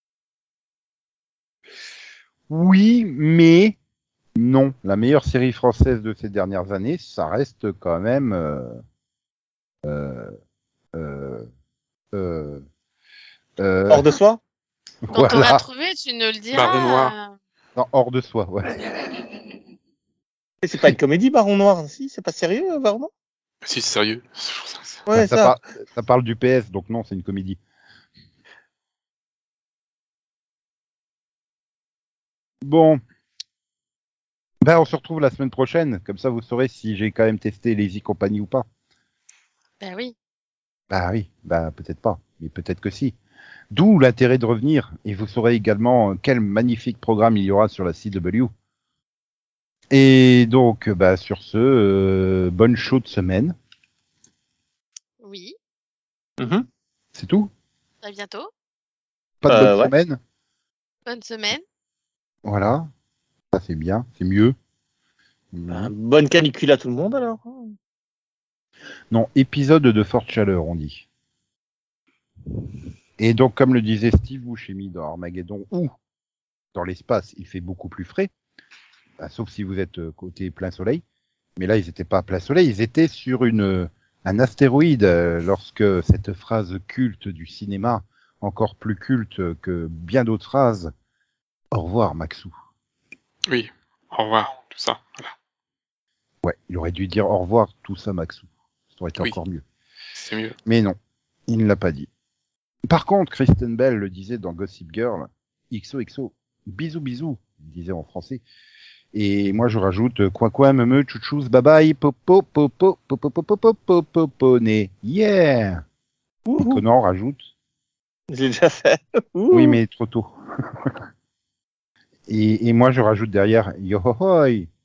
Oui, mais non. La meilleure série française de ces dernières années, ça reste quand même. Euh, euh, euh, Hors de soi? quand t'auras voilà. trouvé, tu nous le Baron Noir. diras. Non, hors de soi, ouais. Et c'est pas une comédie, Baron Noir? Si, c'est pas sérieux, Baron Noir? Si, c'est sérieux. Bah, Ouais, ça. ça parle du PS, donc non, c'est une comédie. Bon, ben on se retrouve la semaine prochaine, comme ça vous saurez si j'ai quand même testé Lazy Company ou pas. Bah oui. Bah oui, bah peut-être pas, mais peut-être que si. D'où l'intérêt de revenir, et vous saurez également quel magnifique programme il y aura sur la CW. Et donc, bah sur ce, bonne chaude semaine, Oui. Mhm. c'est tout. À bientôt. Pas de bonne Ouais. semaine. Bonne semaine. Voilà. Ça, c'est bien. C'est mieux. Bonne canicule à tout le monde alors. Non, épisode de forte chaleur, on dit. Et donc, comme le disait Steve Buscemi dans Armageddon, ou dans l'espace, il fait beaucoup plus frais. Sauf si vous êtes côté plein soleil. Mais là, ils n'étaient pas à plein soleil, ils étaient sur un astéroïde lorsque cette phrase culte du cinéma, encore plus culte que bien d'autres phrases, au revoir Maxou. Oui, au revoir, tout ça. Voilà. Ouais, il aurait dû dire au revoir tout ça Maxou. Ça aurait été Oui. encore mieux. C'est mieux. Mais non, il ne l'a pas dit. Par contre, Kristen Bell le disait dans Gossip Girl, XOXO, bisous bisous, il disait en français. Et moi je rajoute quoi me chouchous bye bye popo popo popo popo popo popo né yeah. Et Conan rajoute. Je l'ai déjà fait. Oui mais trop tôt. et moi je rajoute derrière yo ho hoi